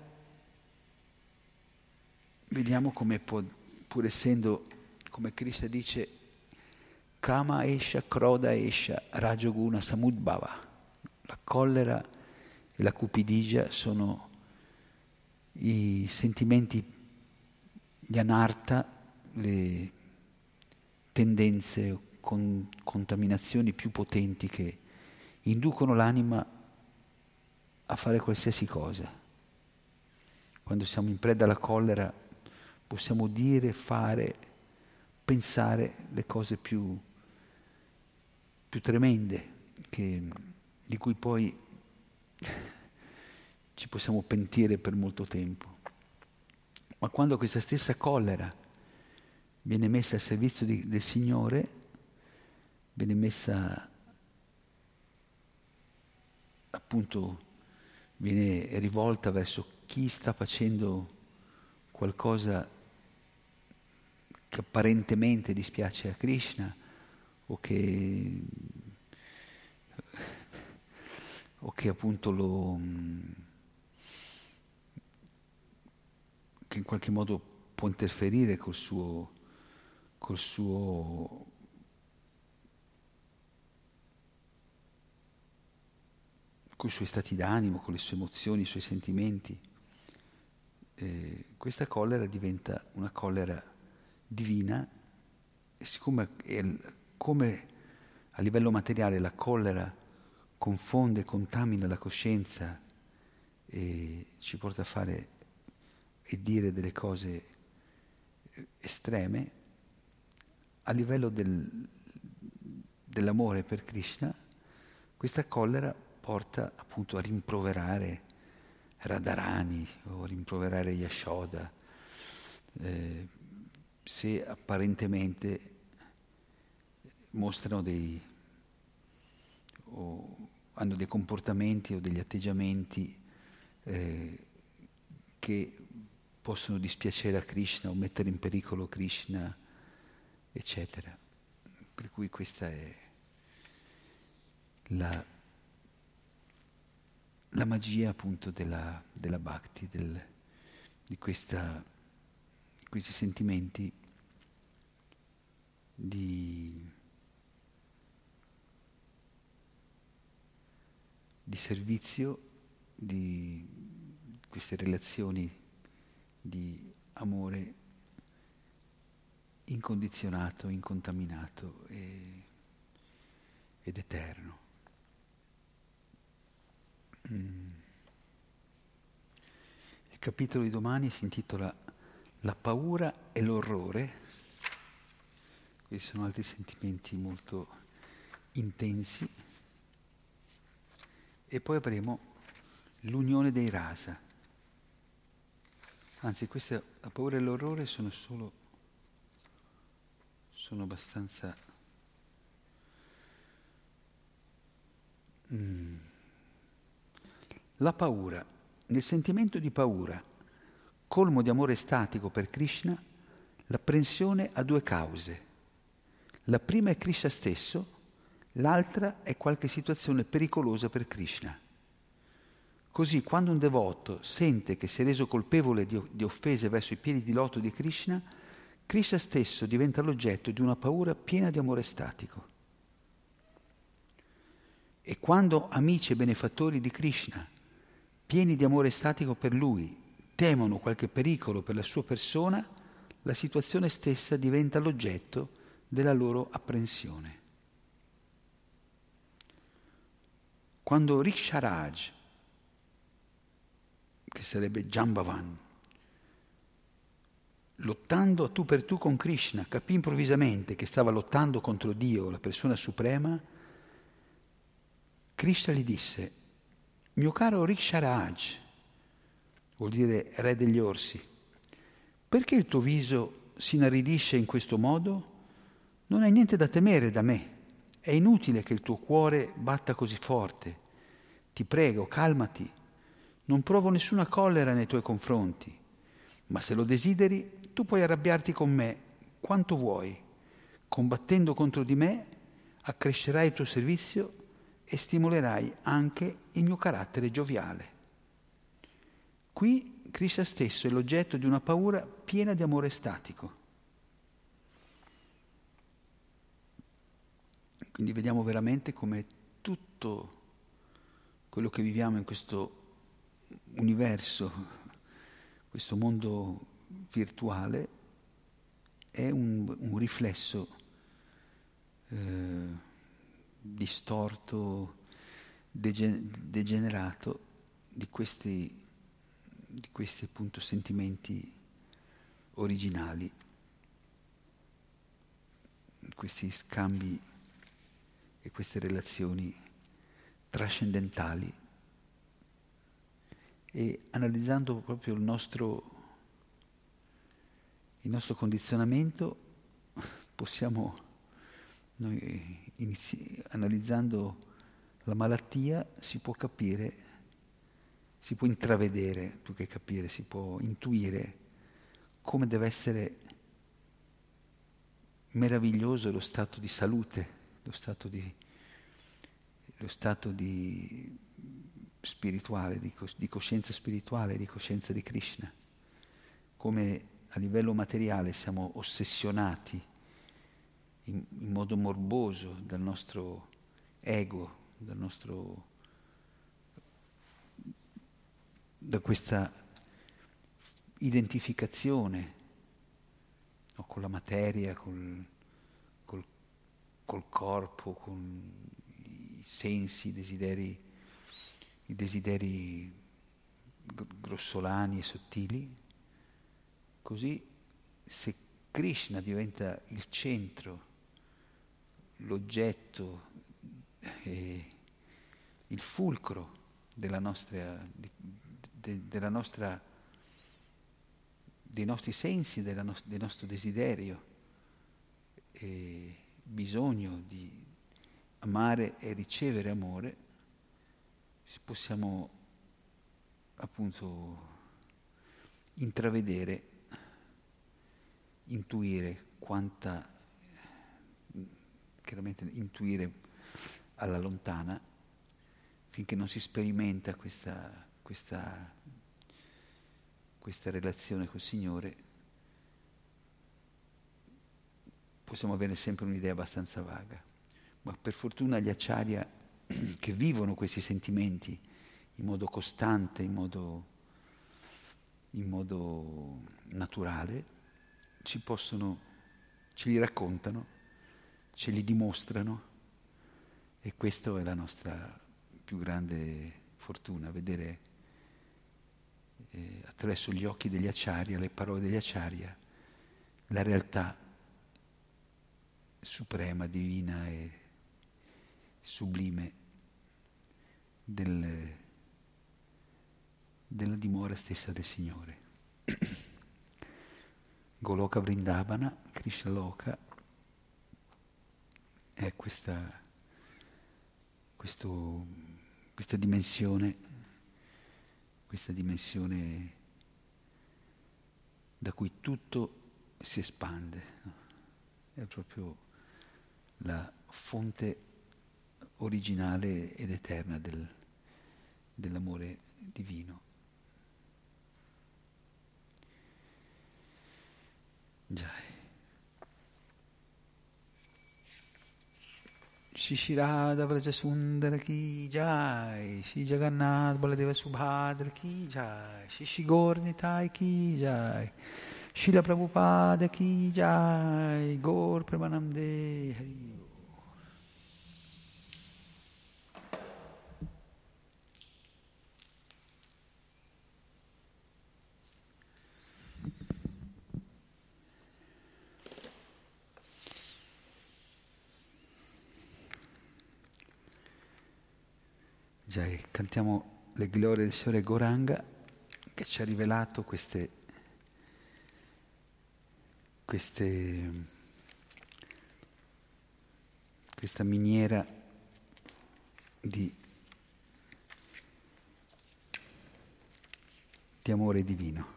vediamo come può, pur essendo, come Krishna dice, Kama esha, Kroda esha, Rajoguna Samudbhava. La collera e la cupidigia sono i sentimenti di anarta, le tendenze o contaminazioni più potenti che inducono l'anima a fare qualsiasi cosa. Quando siamo in preda alla collera possiamo dire, fare, pensare le cose più tremende di cui poi ci possiamo pentire per molto tempo. Ma quando questa stessa collera viene messa al servizio del Signore, viene messa appunto, viene rivolta verso chi sta facendo qualcosa che apparentemente dispiace a Krishna o che appunto che in qualche modo può interferire coi suoi stati d'animo, con le sue emozioni, i suoi sentimenti. Questa collera diventa una collera divina, e siccome come a livello materiale la collera confonde, contamina la coscienza e ci porta a fare e dire delle cose estreme, a livello dell'amore per Krishna, questa collera porta appunto a rimproverare Radharani o a rimproverare Yashoda, se apparentemente mostrano hanno dei comportamenti o degli atteggiamenti che possono dispiacere a Krishna o mettere in pericolo Krishna, eccetera. Per cui questa è la magia appunto della bhakti, di questi sentimenti di servizio, di queste relazioni di amore incondizionato, incontaminato ed eterno. Il capitolo di domani si intitola La paura e l'orrore. Questi sono altri sentimenti molto intensi. E poi avremo l'unione dei rasa. Anzi, questa, la paura e l'orrore sono abbastanza la paura. Nel sentimento di paura, colmo di amore estatico per Krishna, l'apprensione ha due cause. La prima è Krishna stesso, l'altra è qualche situazione pericolosa per Krishna. Così, quando un devoto sente che si è reso colpevole di offese verso i piedi di loto di Krishna, Krishna stesso diventa l'oggetto di una paura piena di amore estatico. E quando amici e benefattori di Krishna, pieni di amore estatico per lui, temono qualche pericolo per la sua persona, la situazione stessa diventa l'oggetto della loro apprensione. Quando Riksharaj, che sarebbe Jambavan, lottando a tu per tu con Krishna, capì improvvisamente che stava lottando contro Dio, la persona suprema, Krishna gli disse: Mio caro Riksharaj, vuol dire re degli orsi, perché il tuo viso si inaridisce in questo modo? Non hai niente da temere da me. È inutile che il tuo cuore batta così forte. Ti prego, calmati. Non provo nessuna collera nei tuoi confronti. Ma se lo desideri, tu puoi arrabbiarti con me quanto vuoi. Combattendo contro di me, accrescerai il tuo servizio e stimolerai anche il mio carattere gioviale. Qui Krishna stesso è l'oggetto di una paura piena di amore statico. Quindi vediamo veramente come tutto quello che viviamo in questo universo, questo mondo virtuale, è un riflesso distorto, degenerato di questi appunto sentimenti originali, questi scambi e queste relazioni trascendentali. E analizzando proprio il nostro condizionamento, possiamo, noi analizzando la malattia, si può capire, si può intravedere, più che capire, si può intuire come deve essere meraviglioso lo stato di salute, lo stato di spirituale, di coscienza spirituale, di coscienza di Krishna. Come a livello materiale siamo ossessionati in modo morboso dal nostro ego, da questa identificazione, no, con la materia, col corpo, con i sensi, i desideri grossolani e sottili. Così, se Krishna diventa il centro, l'oggetto, il fulcro dei nostri sensi, del nostro desiderio e bisogno di amare e ricevere amore, possiamo appunto intravedere, intuire chiaramente intuire alla lontana, finché non si sperimenta questa relazione col Signore, possiamo avere sempre un'idea abbastanza vaga. Ma per fortuna gli acharya che vivono questi sentimenti in modo costante, in modo naturale, ce li raccontano, ce li dimostrano, e questa è la nostra più grande fortuna, vedere attraverso gli occhi degli acharya, le parole degli acharya, la realtà suprema, divina e sublime della dimora stessa del Signore. Goloka Vrindavana, Krishna Loka, è questa dimensione da cui tutto si espande, no? È proprio la fonte originale ed eterna dell'amore divino. Jai. Shri Radha Vraja Sundara ki jai, Shri Jagannath Baladeva Subhadra ki jai, Shri Gaur Nitai ki jai, Srila Prabhupada ki jai, Gaur Premanamde Hari. Jai, cantiamo le glorie del Signore Gauranga, che ci ha rivelato questa miniera di amore divino.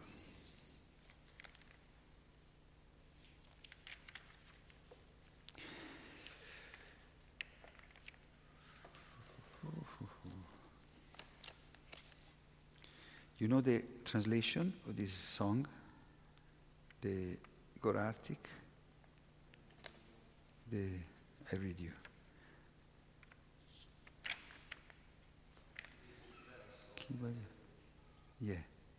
You know the translation of this song, the Gaurartik? I read you. Yeah.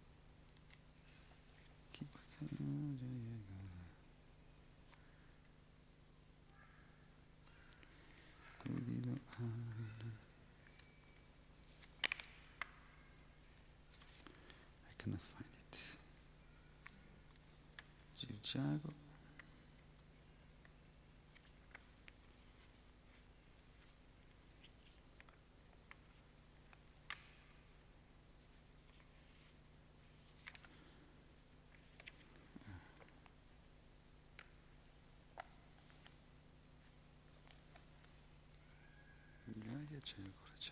I cannot find it. Girgiago. C'è ancora c'è.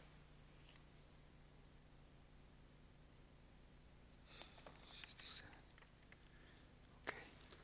Okay.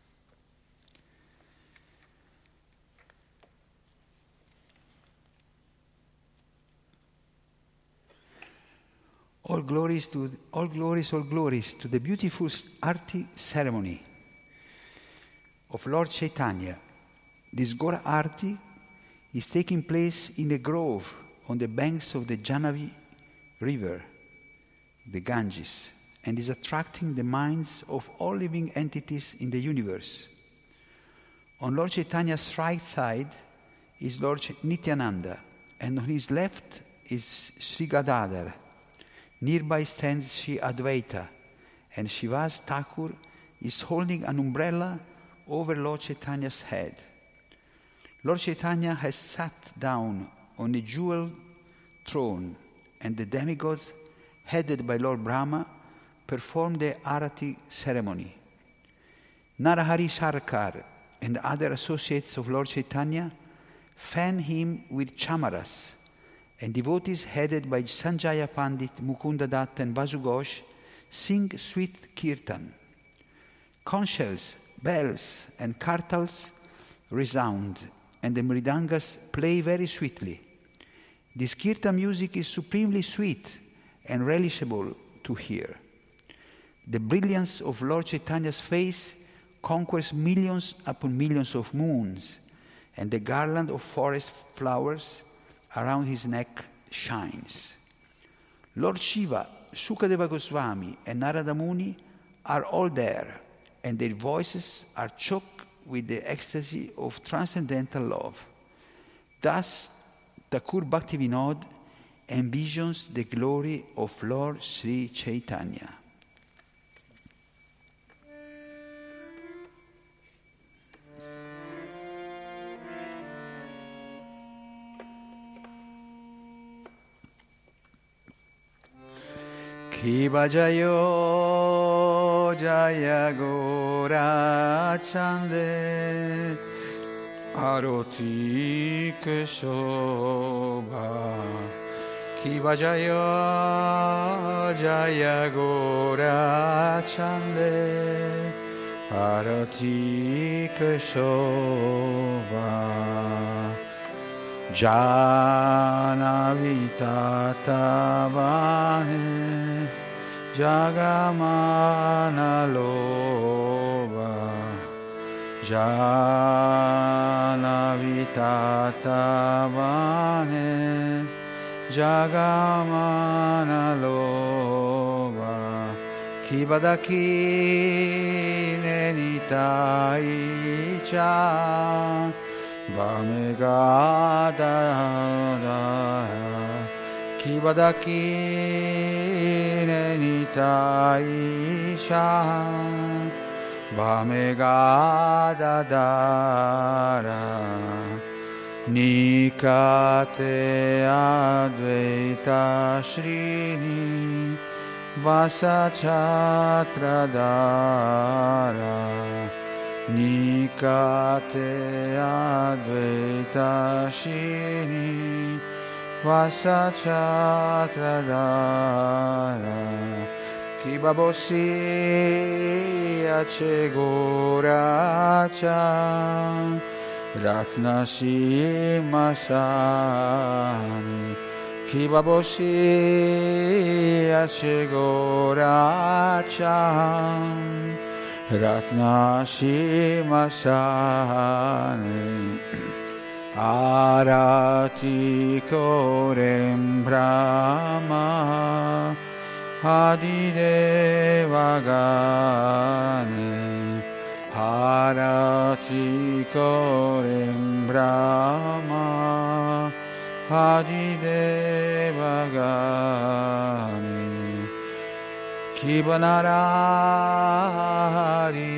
All glories to the beautiful Arti ceremony of Lord Chaitanya. This Gaura Arti is taking place in a grove on the banks of the Jahnavi river, the Ganges, and is attracting the minds of all living entities in the universe. On Lord Chaitanya's right side is Lord Nityananda, and on his left is Sri Gadadhar. Nearby stands Sri Advaita, and Shivas Thakur is holding an umbrella over Lord Chaitanya's head. Lord Chaitanya has sat down on a jeweled throne, and the demigods, headed by Lord Brahma, perform the Arati ceremony. Narahari Sarkar and other associates of Lord Chaitanya fan him with chamaras, and devotees headed by Sanjaya Pandit, Mukunda Datta and Vasu Ghosh sing sweet kirtan. Conch shells, bells and kartals resound, and the mridangas play very sweetly. This kirtan music is supremely sweet and relishable to hear. The brilliance of Lord Chaitanya's face conquers millions upon millions of moons, and the garland of forest flowers around his neck shines. Lord Shiva, Sukadeva Goswami, and Narada Muni are all there, and their voices are choked with the ecstasy of transcendental love. Thus, Thakur Bhaktivinoda envisions the glory of Lord Sri Chaitanya. Kiva Jayo Jaya Gora Chande Aroti Shobha Kiva Jayo Jaya Gora Chande Aroti Shobha Jana Vitatavane Jagamana Loba Jana Vitatavane Jagamana Loba Kivadaki Nenitai Cha Bhamegada Kivadaki Nenitai Bhamegada Nikate Advaita Shrini Vasachatradara Nikate Advaita Shrini Vasachatradara Kibabosi Achegoracha Ratna Simasani Kibabosi Achegoracha Ratna Simasani Arati Korem Brahma Adidevagane Harati Korem Brahma Adidevagane Kibanarari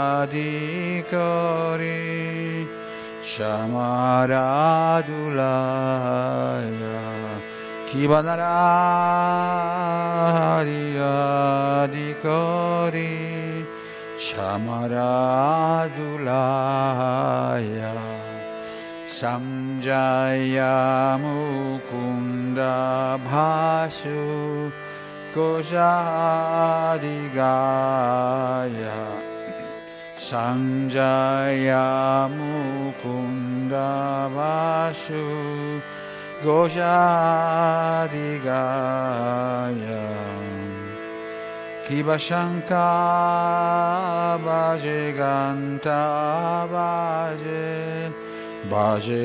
Adikori Shamaradulaya Kibanarari Adikori Shamaradulaya Samjaya Mukunda Bhasu Kojadigaya Sanjaya Mukunda Vasu Gojadigaya Kibashanka Bhaje Ganta Bhaje Bhaje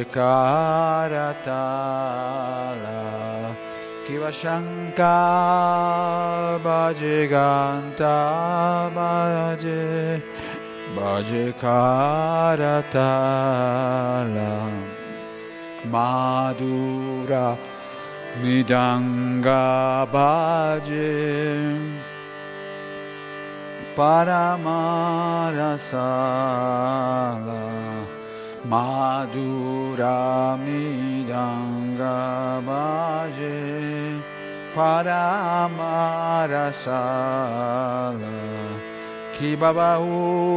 Karatala Kivashanka Bhaje Ganta Bhaje Bhaje Karatala Madhura Midanga Bhaje Paramarasala Madhura Midanga Bhaje Paramarasala Kibabahu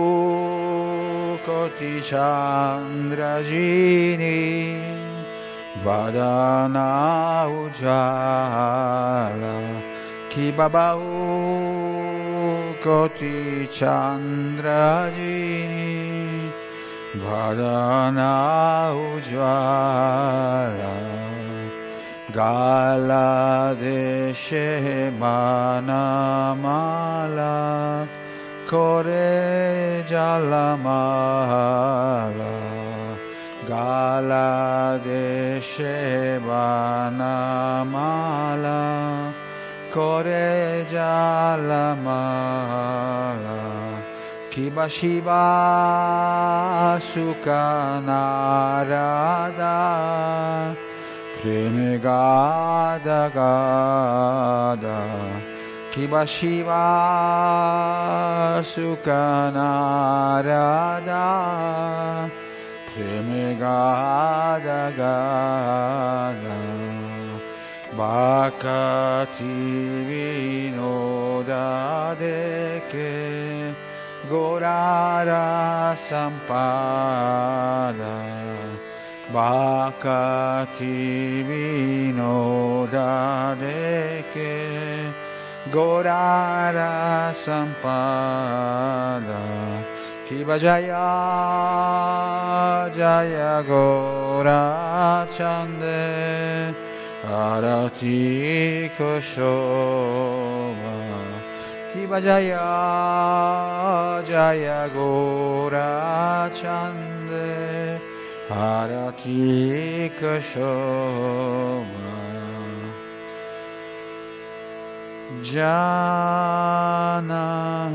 Koti Chandrajini Vadana Ujala Kibabahu Koti Chandrajini Vadana Ujvala Gala Deshe Manamala Kore Jalamala Gala Deshe Manamala Kore Jalamala Kiba Shiva Sukha Narada Preme Gada Gada Kiba Shiva Sukha Narada Preme Gada Gada Bhakati Vinoda Deke Gorara Sampada Bhakati Vinoda Deke Gorara Sampada Kiba Jaya Jaya Gora Chande Arati Koshova Kiba Jaya Jaya Gora Chande Arati Koshova Jana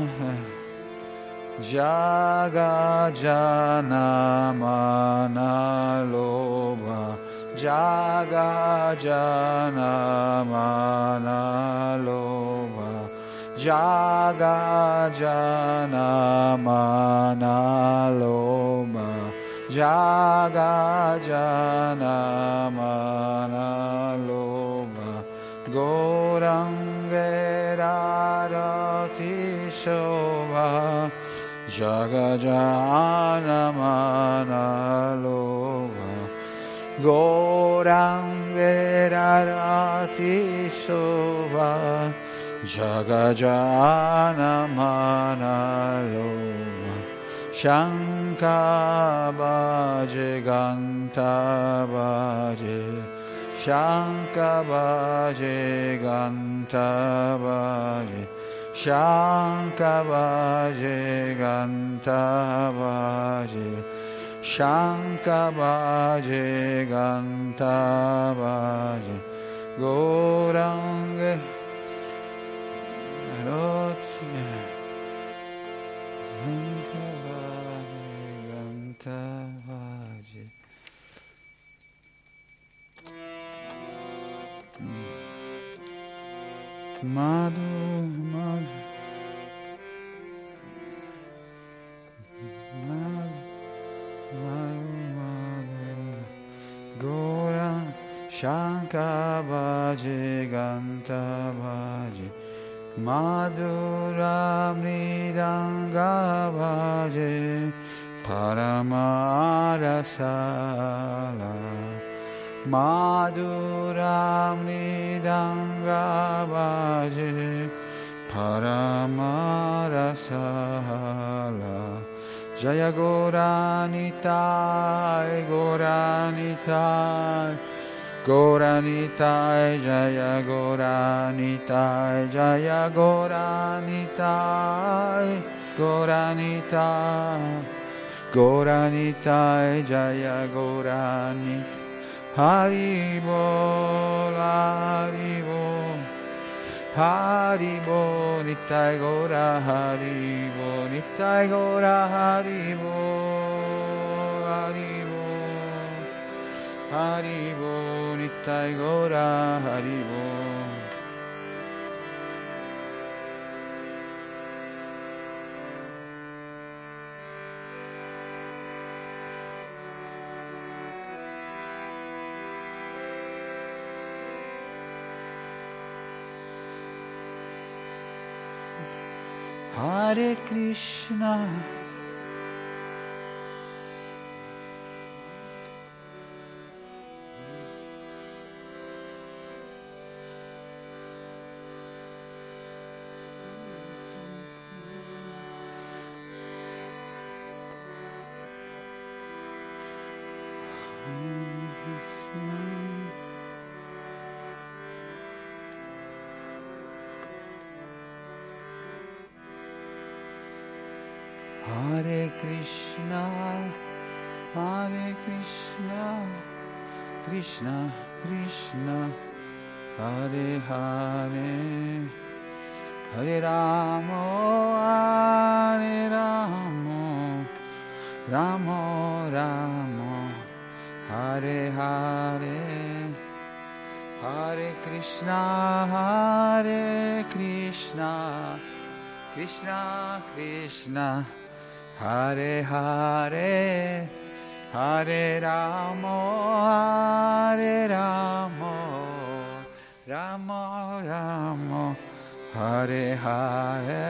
Jaga Jana Mana Lobha Jaga Jana Mana Lobha Jaga Jana Mana Lobha Jaga Jana Mana Lobha Gaurangirarati Shobha Jaga Jana Mana Lobha Gaurangirarati Shobha Jaga Jana Mana Lobha Shankha Bhaje Ganta Bhaje Shankha Bhaje Ganta Bhaje Shankha Bhaje Ganta Bhaje Shankha Bhaje Ganta Bhaje Gauranga Rotya Shankha Bhaje Ganta Bhaje Madhu Madhu Gora Shankha Bhaje Ganta Bhaje Madhura Mridanga Bhaje Paramarasala Madhura Mridanga Bhaje Paramarasala Jaya Gauranitai, Gauranitai, Gauranitai, Jaya Gauranitai, Jaya Gauranitai, Gauranitai, Gauranitai, Jaya Gauranitai, Haribol, Haribol. Haribo, Nittai Gaura, Haribo, Nittai Gaura, Haribo, Haribo, Haribo, Nittai Gaura, Haribo. Hare Krishna, Hare Krishna, Hare Krishna, Krishna Krishna, Hare Hare, Hare Rama, Hare Rama, Rama Rama, Hare Hare, Hare Krishna, Hare Krishna, Krishna Krishna, Hare Hare, Hare Rama, Hare Rama, Rama Rama, Hare Hare,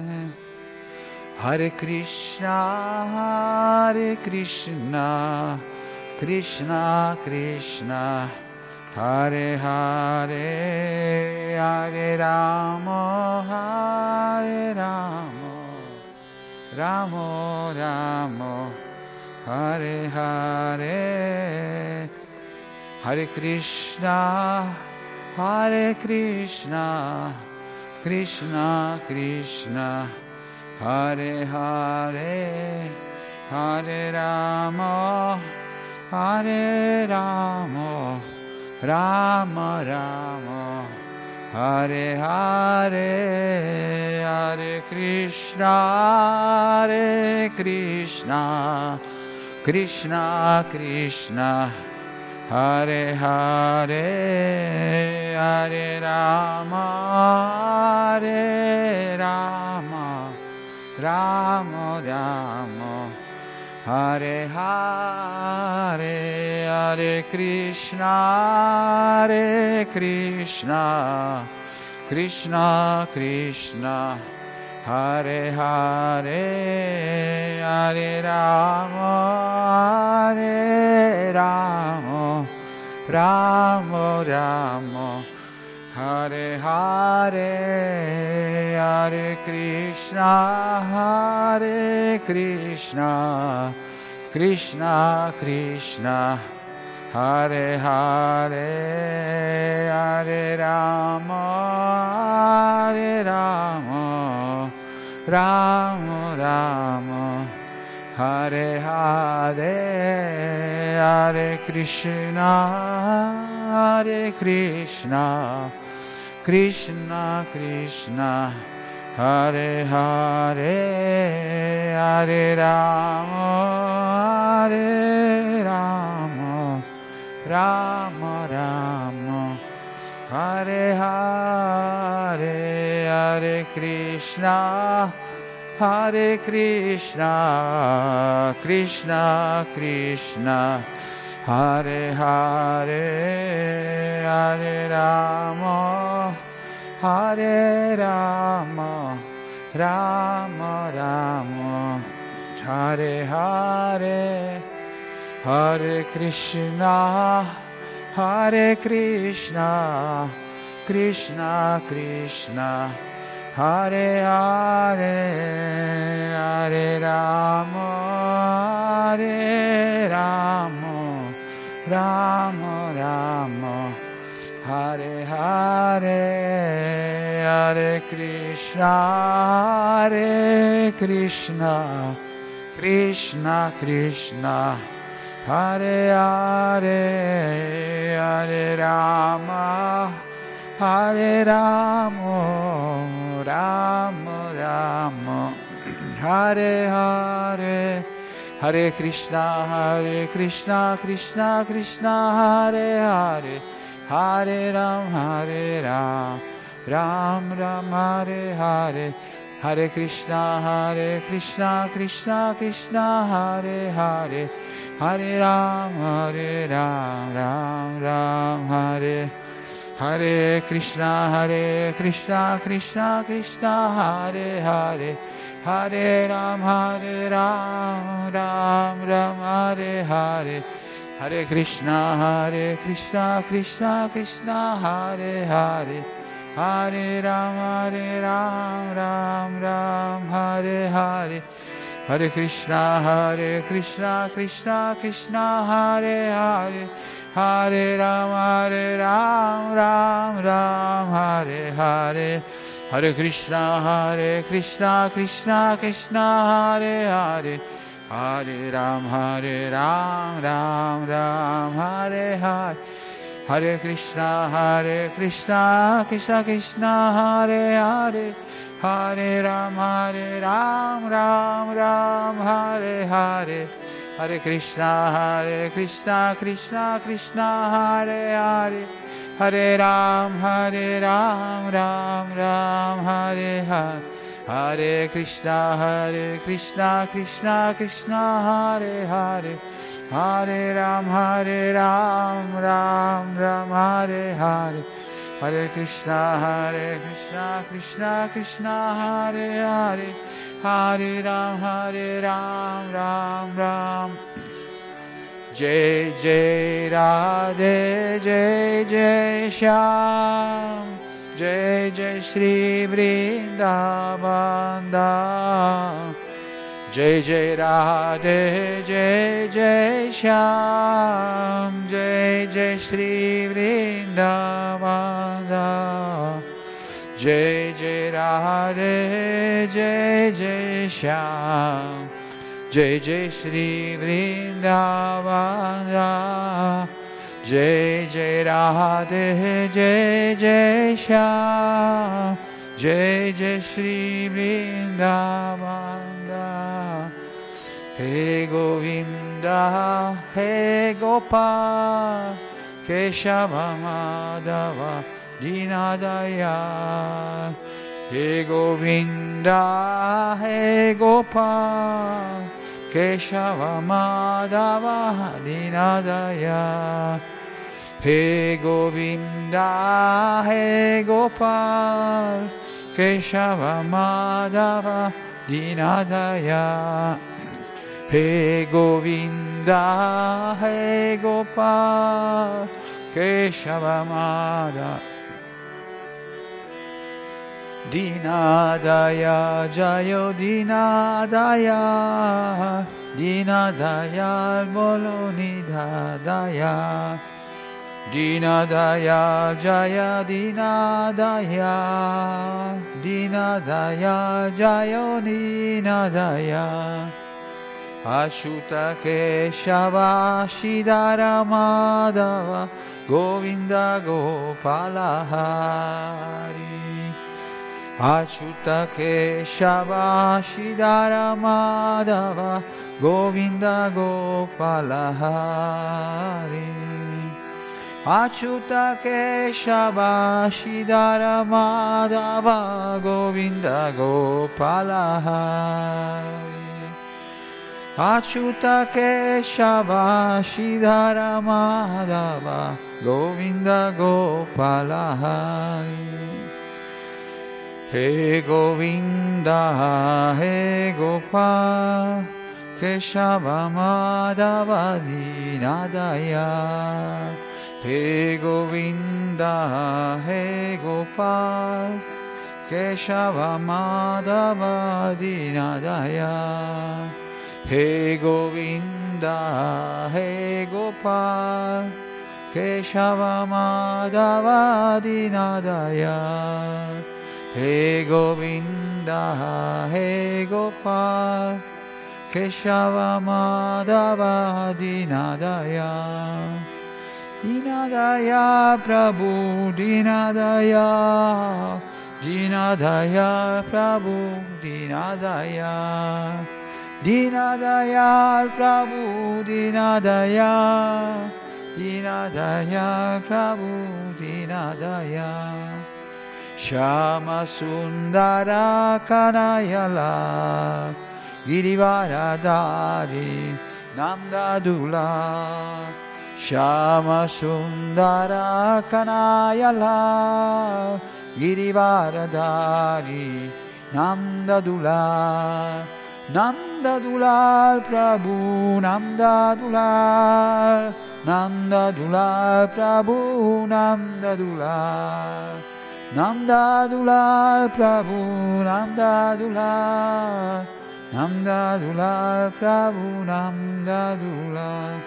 Hare Krishna, Hare Krishna, Krishna Krishna, Hare Hare, Hare Rama, Hare Rama, Rama Rama, Hare Hare, Hare Krishna, Hare Krishna, Krishna Krishna, Hare Hare, Hare Rama, Hare Rama, Rama Rama, Hare Hare, Hare Krishna, Hare Krishna, Krishna Krishna, Hare Hare, Hare Rama, Hare Rama, Rama Rama, Hare Hare, Hare Krishna, Krishna Krishna, Hare Hare, Hare Rama, Rama Rama, Hare Hare, Hare Krishna, Krishna Krishna, Hare Hare, Hare Rama, Rama Rama, Hare Hare, Hare Krishna, Krishna Krishna, Hare Hare, Hare Rama, Rama Rama, Hare Hare, Hare Krishna, Krishna Krishna, Hare Hare, Hare Rama, Rama Rama, Hare Hare, Hare Krishna, Krishna Krishna, Hare Hare, Hare Rama, Rama Rama, Hare Hare, Hare Krishna, Krishna Krishna, Hare Hare, Hare Rama, Rama Rama, Hare Hare, Hare Krishna, Krishna Krishna, Hare Hare, Hare Ram, Ram Ram, Hare Hare, Hare Krishna, Krishna Krishna, Hare Hare, Hare Ram, Ram Ram, Hare Hare Krishna, Krishna Krishna, Hare Hare, Hare Ram, Ram Ram, Hare Hare, Hare Krishna, Krishna Krishna, Hare Hare, Hare Ram, Ram Ram, Hare Hare, Hare Krishna, Krishna Krishna, Hare Hare, Hare Ram, Ram Ram, Hare Hare, Hare Krishna, Krishna Krishna, Hare Hare, Hare Ram, Ram Ram, Hare Hare, Hare Krishna, Krishna Krishna, Hare Hare, Hare Ram, Ram Hare Hare, Hare Krishna, Krishna Krishna, Hare Hare, Hare Ram, Ram Hare Hare, Hare Krishna, Krishna Krishna, Hare Hare, Hare Ram, Ram Hare Hare, Hare Krishna, Krishna Krishna, Hare Hare, Hare Ram, Ram. Jai Jai Radhe, Jai Shyam, Jai Shri Vrindavan Dham. Jai Jai Radhe, Jai Shyam, Jai Shri Vrindavan Dham. Jai Jai Radhe, Jai Shyam, Jai Shri Vrindavan Dham. Jai Jai Radhe, Jai Shyam, Jai Shri Vrindavan Dham. Hey Govinda, Hey Gopal, Keshava Madhava Dinadaya. Hey Govinda, Hey Gopal, Keshava Madhava Dinadaya. He Govinda, He Gopal, Keshava Madhava Dinadaya. He Govinda, He Gopal, Keshava Madhava Dinadaya. Jayo Dinadaya, Dinadaya Bolo Nidadaya. Dinadaya Jaya Dinadaya, Dinadaya Jaya Dinadaya. Ashuta Keshava Shidara Madhava Govinda Gopala Hari. Ashuta Keshava Shidara Madhava Govinda Gopala Hari. Achyuta Keshava Shidara Madhava Govinda Gopala Hari. Achyuta Keshava Shidara Madhava Govinda Gopala Hari. He Govinda, He Gopal, Keshava Madhava Dinadaya. He Govinda, He Gopal, Keshava Madhava Dinadaya. He Govinda, He Gopal, Keshava Madhava Dinadaya. He Govinda, He Gopal, Keshava Madhava Dinadaya. Dinadaya Prabhu, Dinadaya, Dinadaya Prabhu, Dinadaya, Dinadaya Prabhu, Dinadaya, Dinadaya Prabhu, Dinadaya. Shama Sundara Kanayala, Girivaradari Namdadula. Shama Sundara Kanayala, Girivaradari Namdadula. Namdadula Prabhu, Namdadula, Namdadula Prabhu, Namdadula. Namdadula Prabhu, Namdadula, Namdadula Prabhu, Namdadula.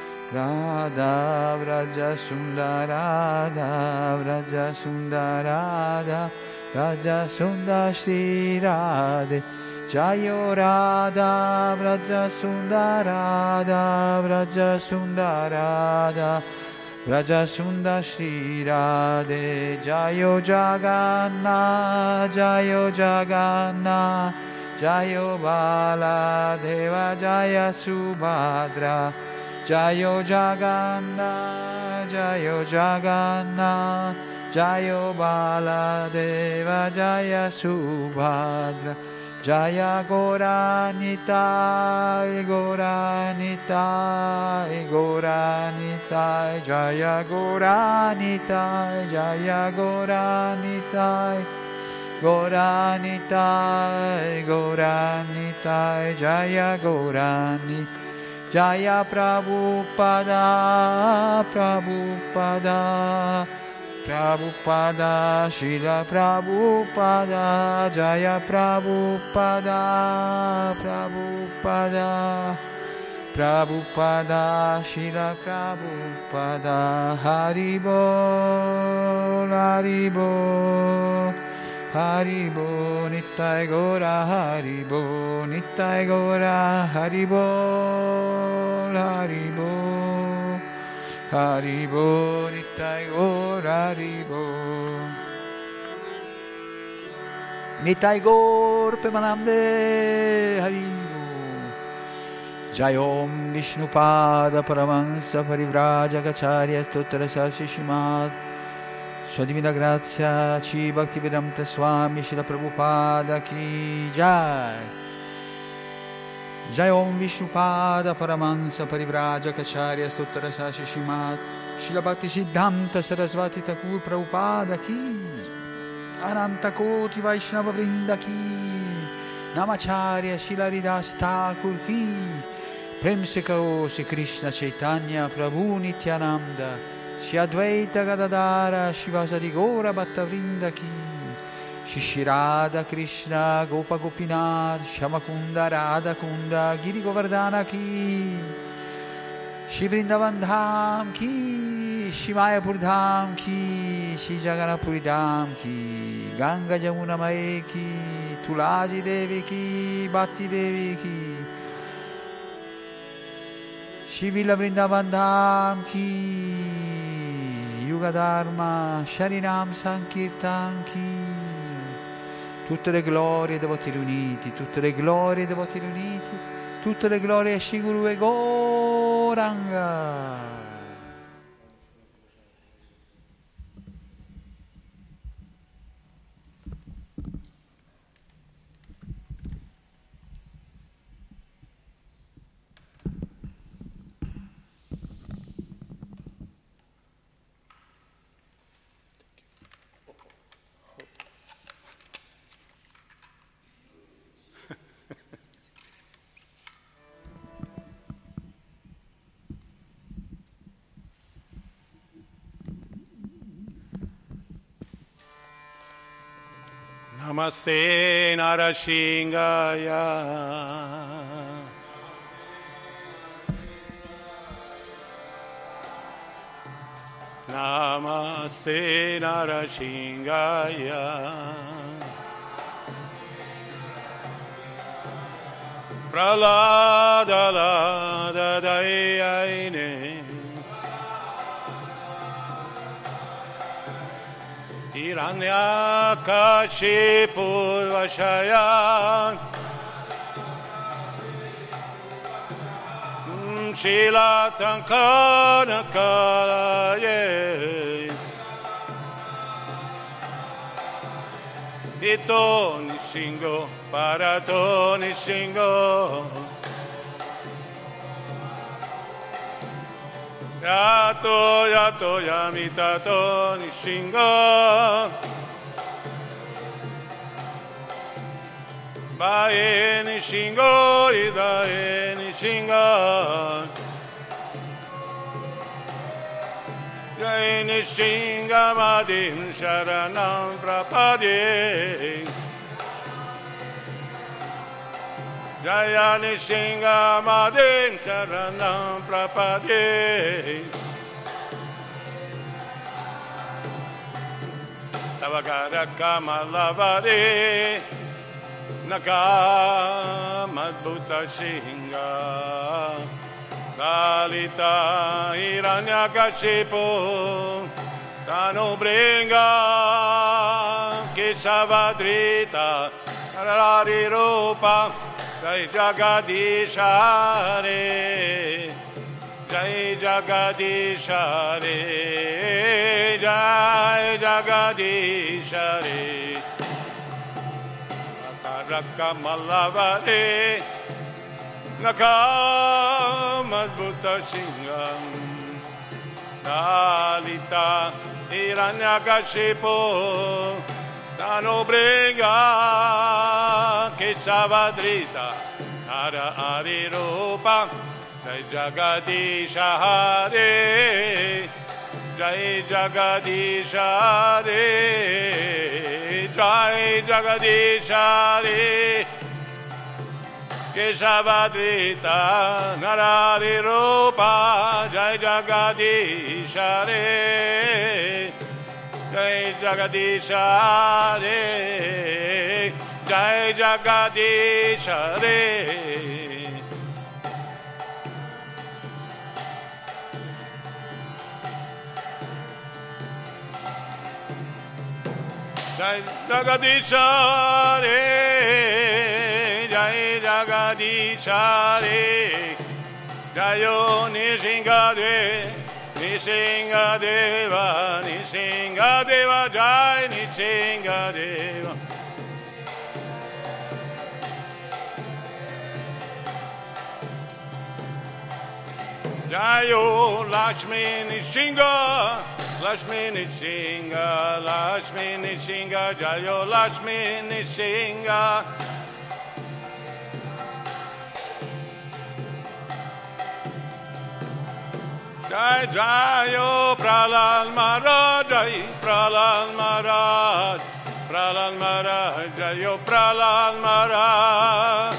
Radha Vraja Sundara, Radha Vraja Sundara, Radha Sundar Shri Radhe. Jayo Radha Vraja Sundara, Radha Vraja Sundara, Raja Sundar Shri Radhe. Jayo Jagannath, Jayo Jagannath, Jayo Baladeva, Jaya Subhadra. Jayo Jagannath, Jayo Jagannath, Jayo Baladeva, Jaya Subhadra. Jaya Goranitai, Goranitai, Goranitai, Jaya Goranitai, Jaya Goranitai, Goranitai, Goranitai, Jaya Gorani. Jaya Prabhupada, Prabhupada, Prabhupada, Srila Prabhupada, Jaya Prabhupada, Prabhupada, Prabhupada, Srila Prabhupada. Haribol, Haribol, Haribol, Nittai Gora, Haribol, Nittai Gora, Haribol, Haribol, Haribol, Nittai Gora, Haribol. Nittai Gora, Pemanamde, Haribol. Jayom Vishnupada Paramahansa Parivraja Gacharya Stottara Shishimad. Sua Divina Grazia, Ci Bhaktivedanta Swami Srila Prabhupada Ki Jai. Jai Om Vishnupada Paramahansa Parivraja Kacharya Suttara Sashi Shimat Srila Bhakti Siddhanta Sarasvati Thakur Prabhupada Ki Ananta Koti Vaishnava Vrinda Ki Namacharya Srila Haridas Thakur Ki Prem Se Kao Se Krishna Chaitanya Prabhu Nityananda Shri Advaita Gadadara Shivasari Gora Bhatta Vrinda Ki Shri Radha Krishna Gopa Gopinath Shamakunda Radha Kunda Giri Govardhana Ki Shri Vrindavan Dham Ki Shri Mayapur Dham Ki Shri Jagannath Dham Ki Ganga Jamuna Mae Ki Tulasi Devi Ki Bhakti Devi Ki Shri Villa Vrindavan Dham Ki Yuga Dharma Sharinam Sankirtan Ki. Tutte le glorie dei devoti riuniti, tutte le glorie dei devoti riuniti, tutte le glorie a Shri Guru e Gauranga. Namaste Narasingaya Namaste Narasingaya Pralada Lada Dayaine Hiranyakashipu Vashayan Shilatankanaye Ito Nishingo Parato Nishingo Yato yato yamitato nishingo Bae nishingo idae nishingo Jai nishinga madim sharanam prapade Jaya Nishinga Madin Sharanam Prapade Tavagara Kamalavare Nakamadbhuta Shinga Lalita Hiranyakashipu Tanu Bringa Keshavadrita Narari Rupa Jai Jagadishare Jai Jagadishare Jai Jagadishare Akaraka Malavare Nakamadbhuta Singam Dalita Hiranyakashipu Tanu Bringa Keshavadrita Hara Hari Rupa Jai Jagadisha Hare Jai Jagadisha Hare Jai Jagadisha Hare Keshavadrita Narari Rupa Jai Jagadisha Hare Jai Jagadisha Hare Jai Jagadisha Hare Jai Jagadisha Hare Jai Jagadisha Hare Jayo Nishingadeva Nishingadeva Nishingadeva Jai Nishingadeva Jayo Lakshmi Nishinga, Lakshmi Nishinga, Lakshmi Nishinga, Jayo Lakshmi Nishinga. Jai Jayo Pralal Maharaj, Jai Pralal Maharaj, Pralal Maharaj, Jayo Pralal Maharaj.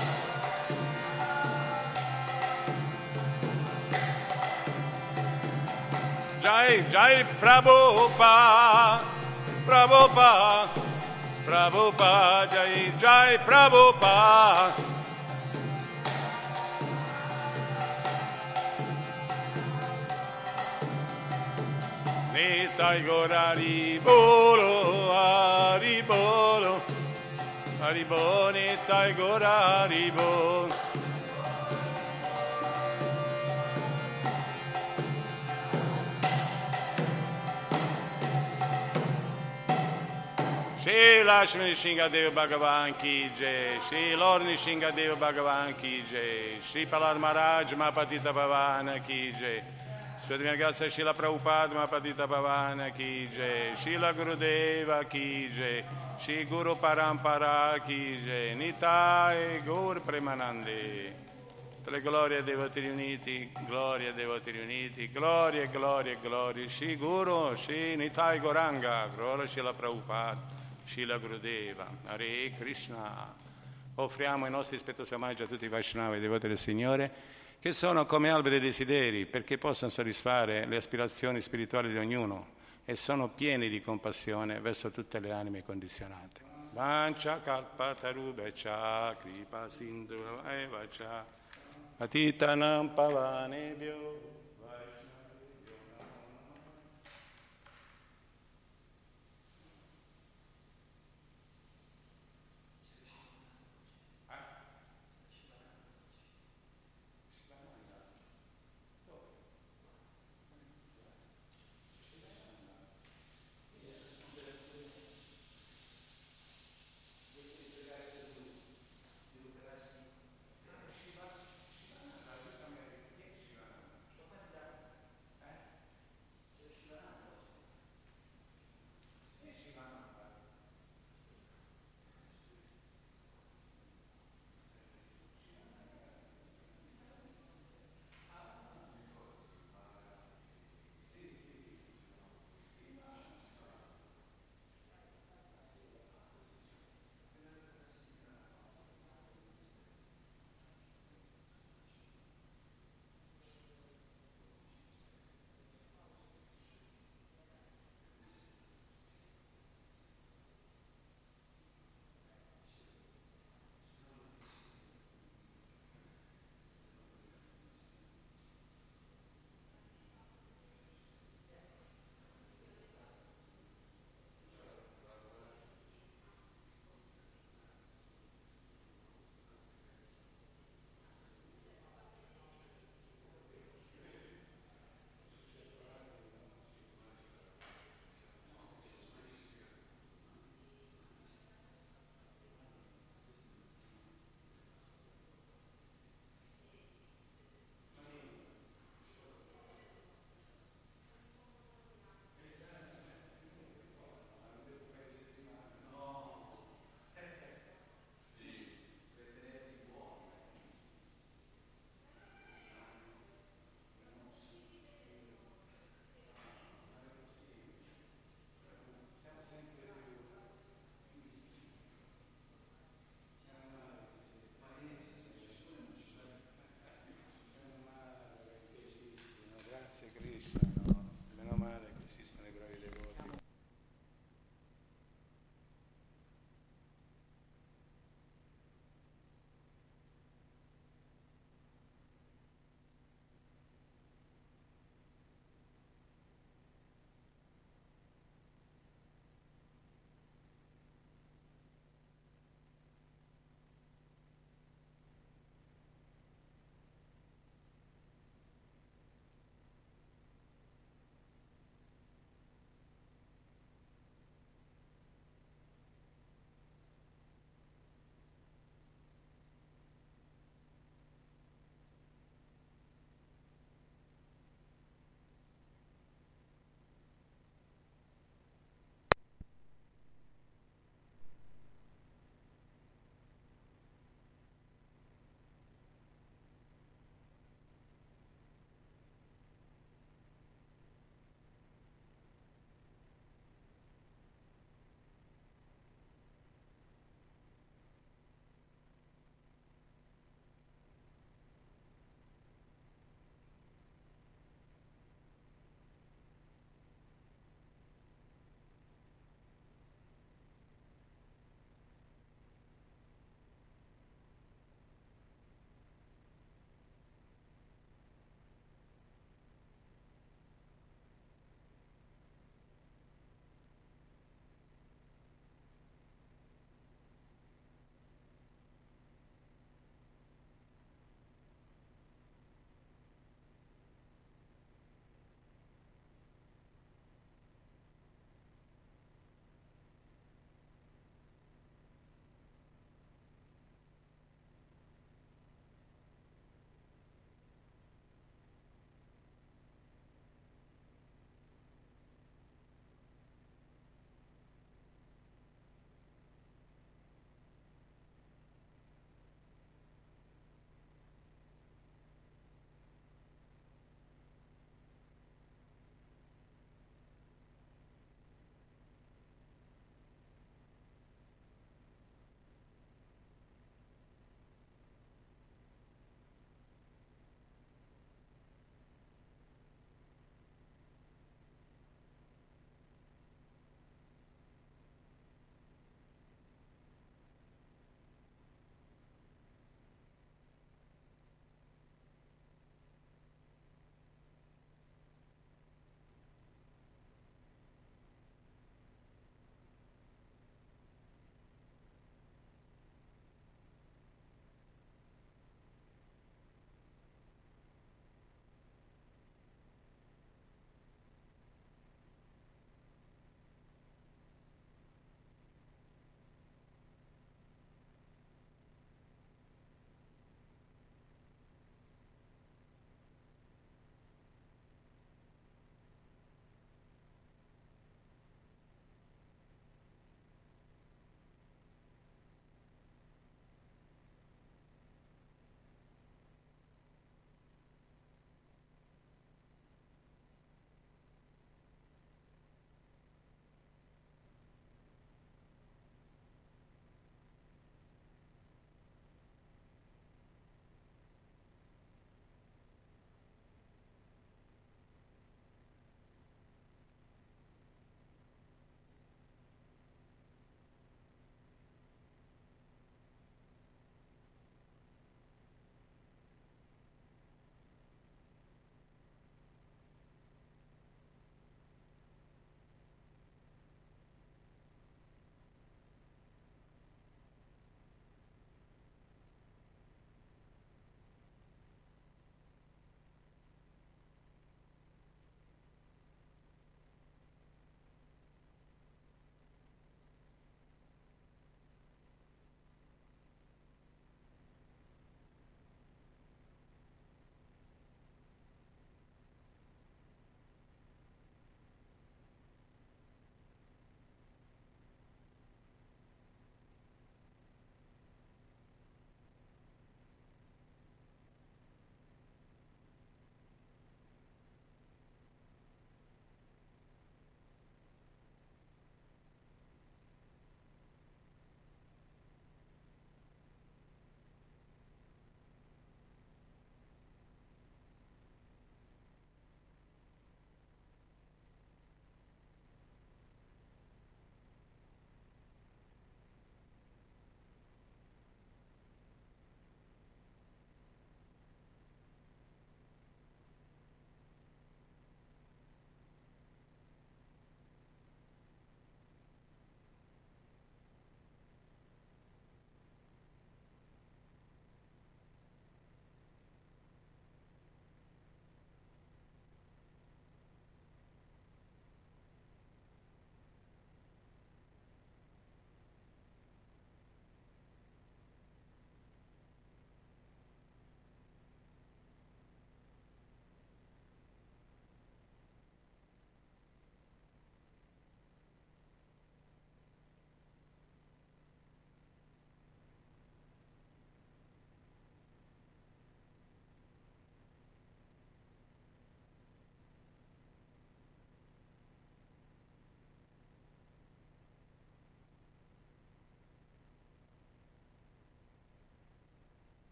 Jai Jai Prabhupada, Prabhupada, Prabhupada, Jai Jai Prabhupada. Nitai Gaur Hari Bolo, Hari Bolo, Hari Bolo, Nitai Gaur Hari Bolo. Shri Lakshmi Nrsimha Bhagavan Ki Jai, Shri Lord Nrsimha Bhagavan Ki Jai, Shri Prahlad Maharaj Mahapatita Bhavana Ki Jai, Sua Divina Grazia Srila Prabhupada Mahapatita Bhavana Ki Jai, Srila Gurudeva Ki Jai, Shri Guru Parampara Ki Jai, Nitai Gaur Premanande. Le glorie dei voti riuniti, gloria dei voti riuniti, gloria, gloria, gloria, Shri Guru, Shri Nitai Gauranga, gloria Srila Prabhupada. Srila Gurudeva, Hare Krishna. Offriamo i nostri rispettosi omaggi a tutti i Vaishnava e devoti del Signore, che sono come albe dei desideri, perché possono soddisfare le aspirazioni spirituali di ognuno e sono pieni di compassione verso tutte le anime condizionate. Vancha kalpatarubecha kripa sindhu evacha patitanam pavanebhyo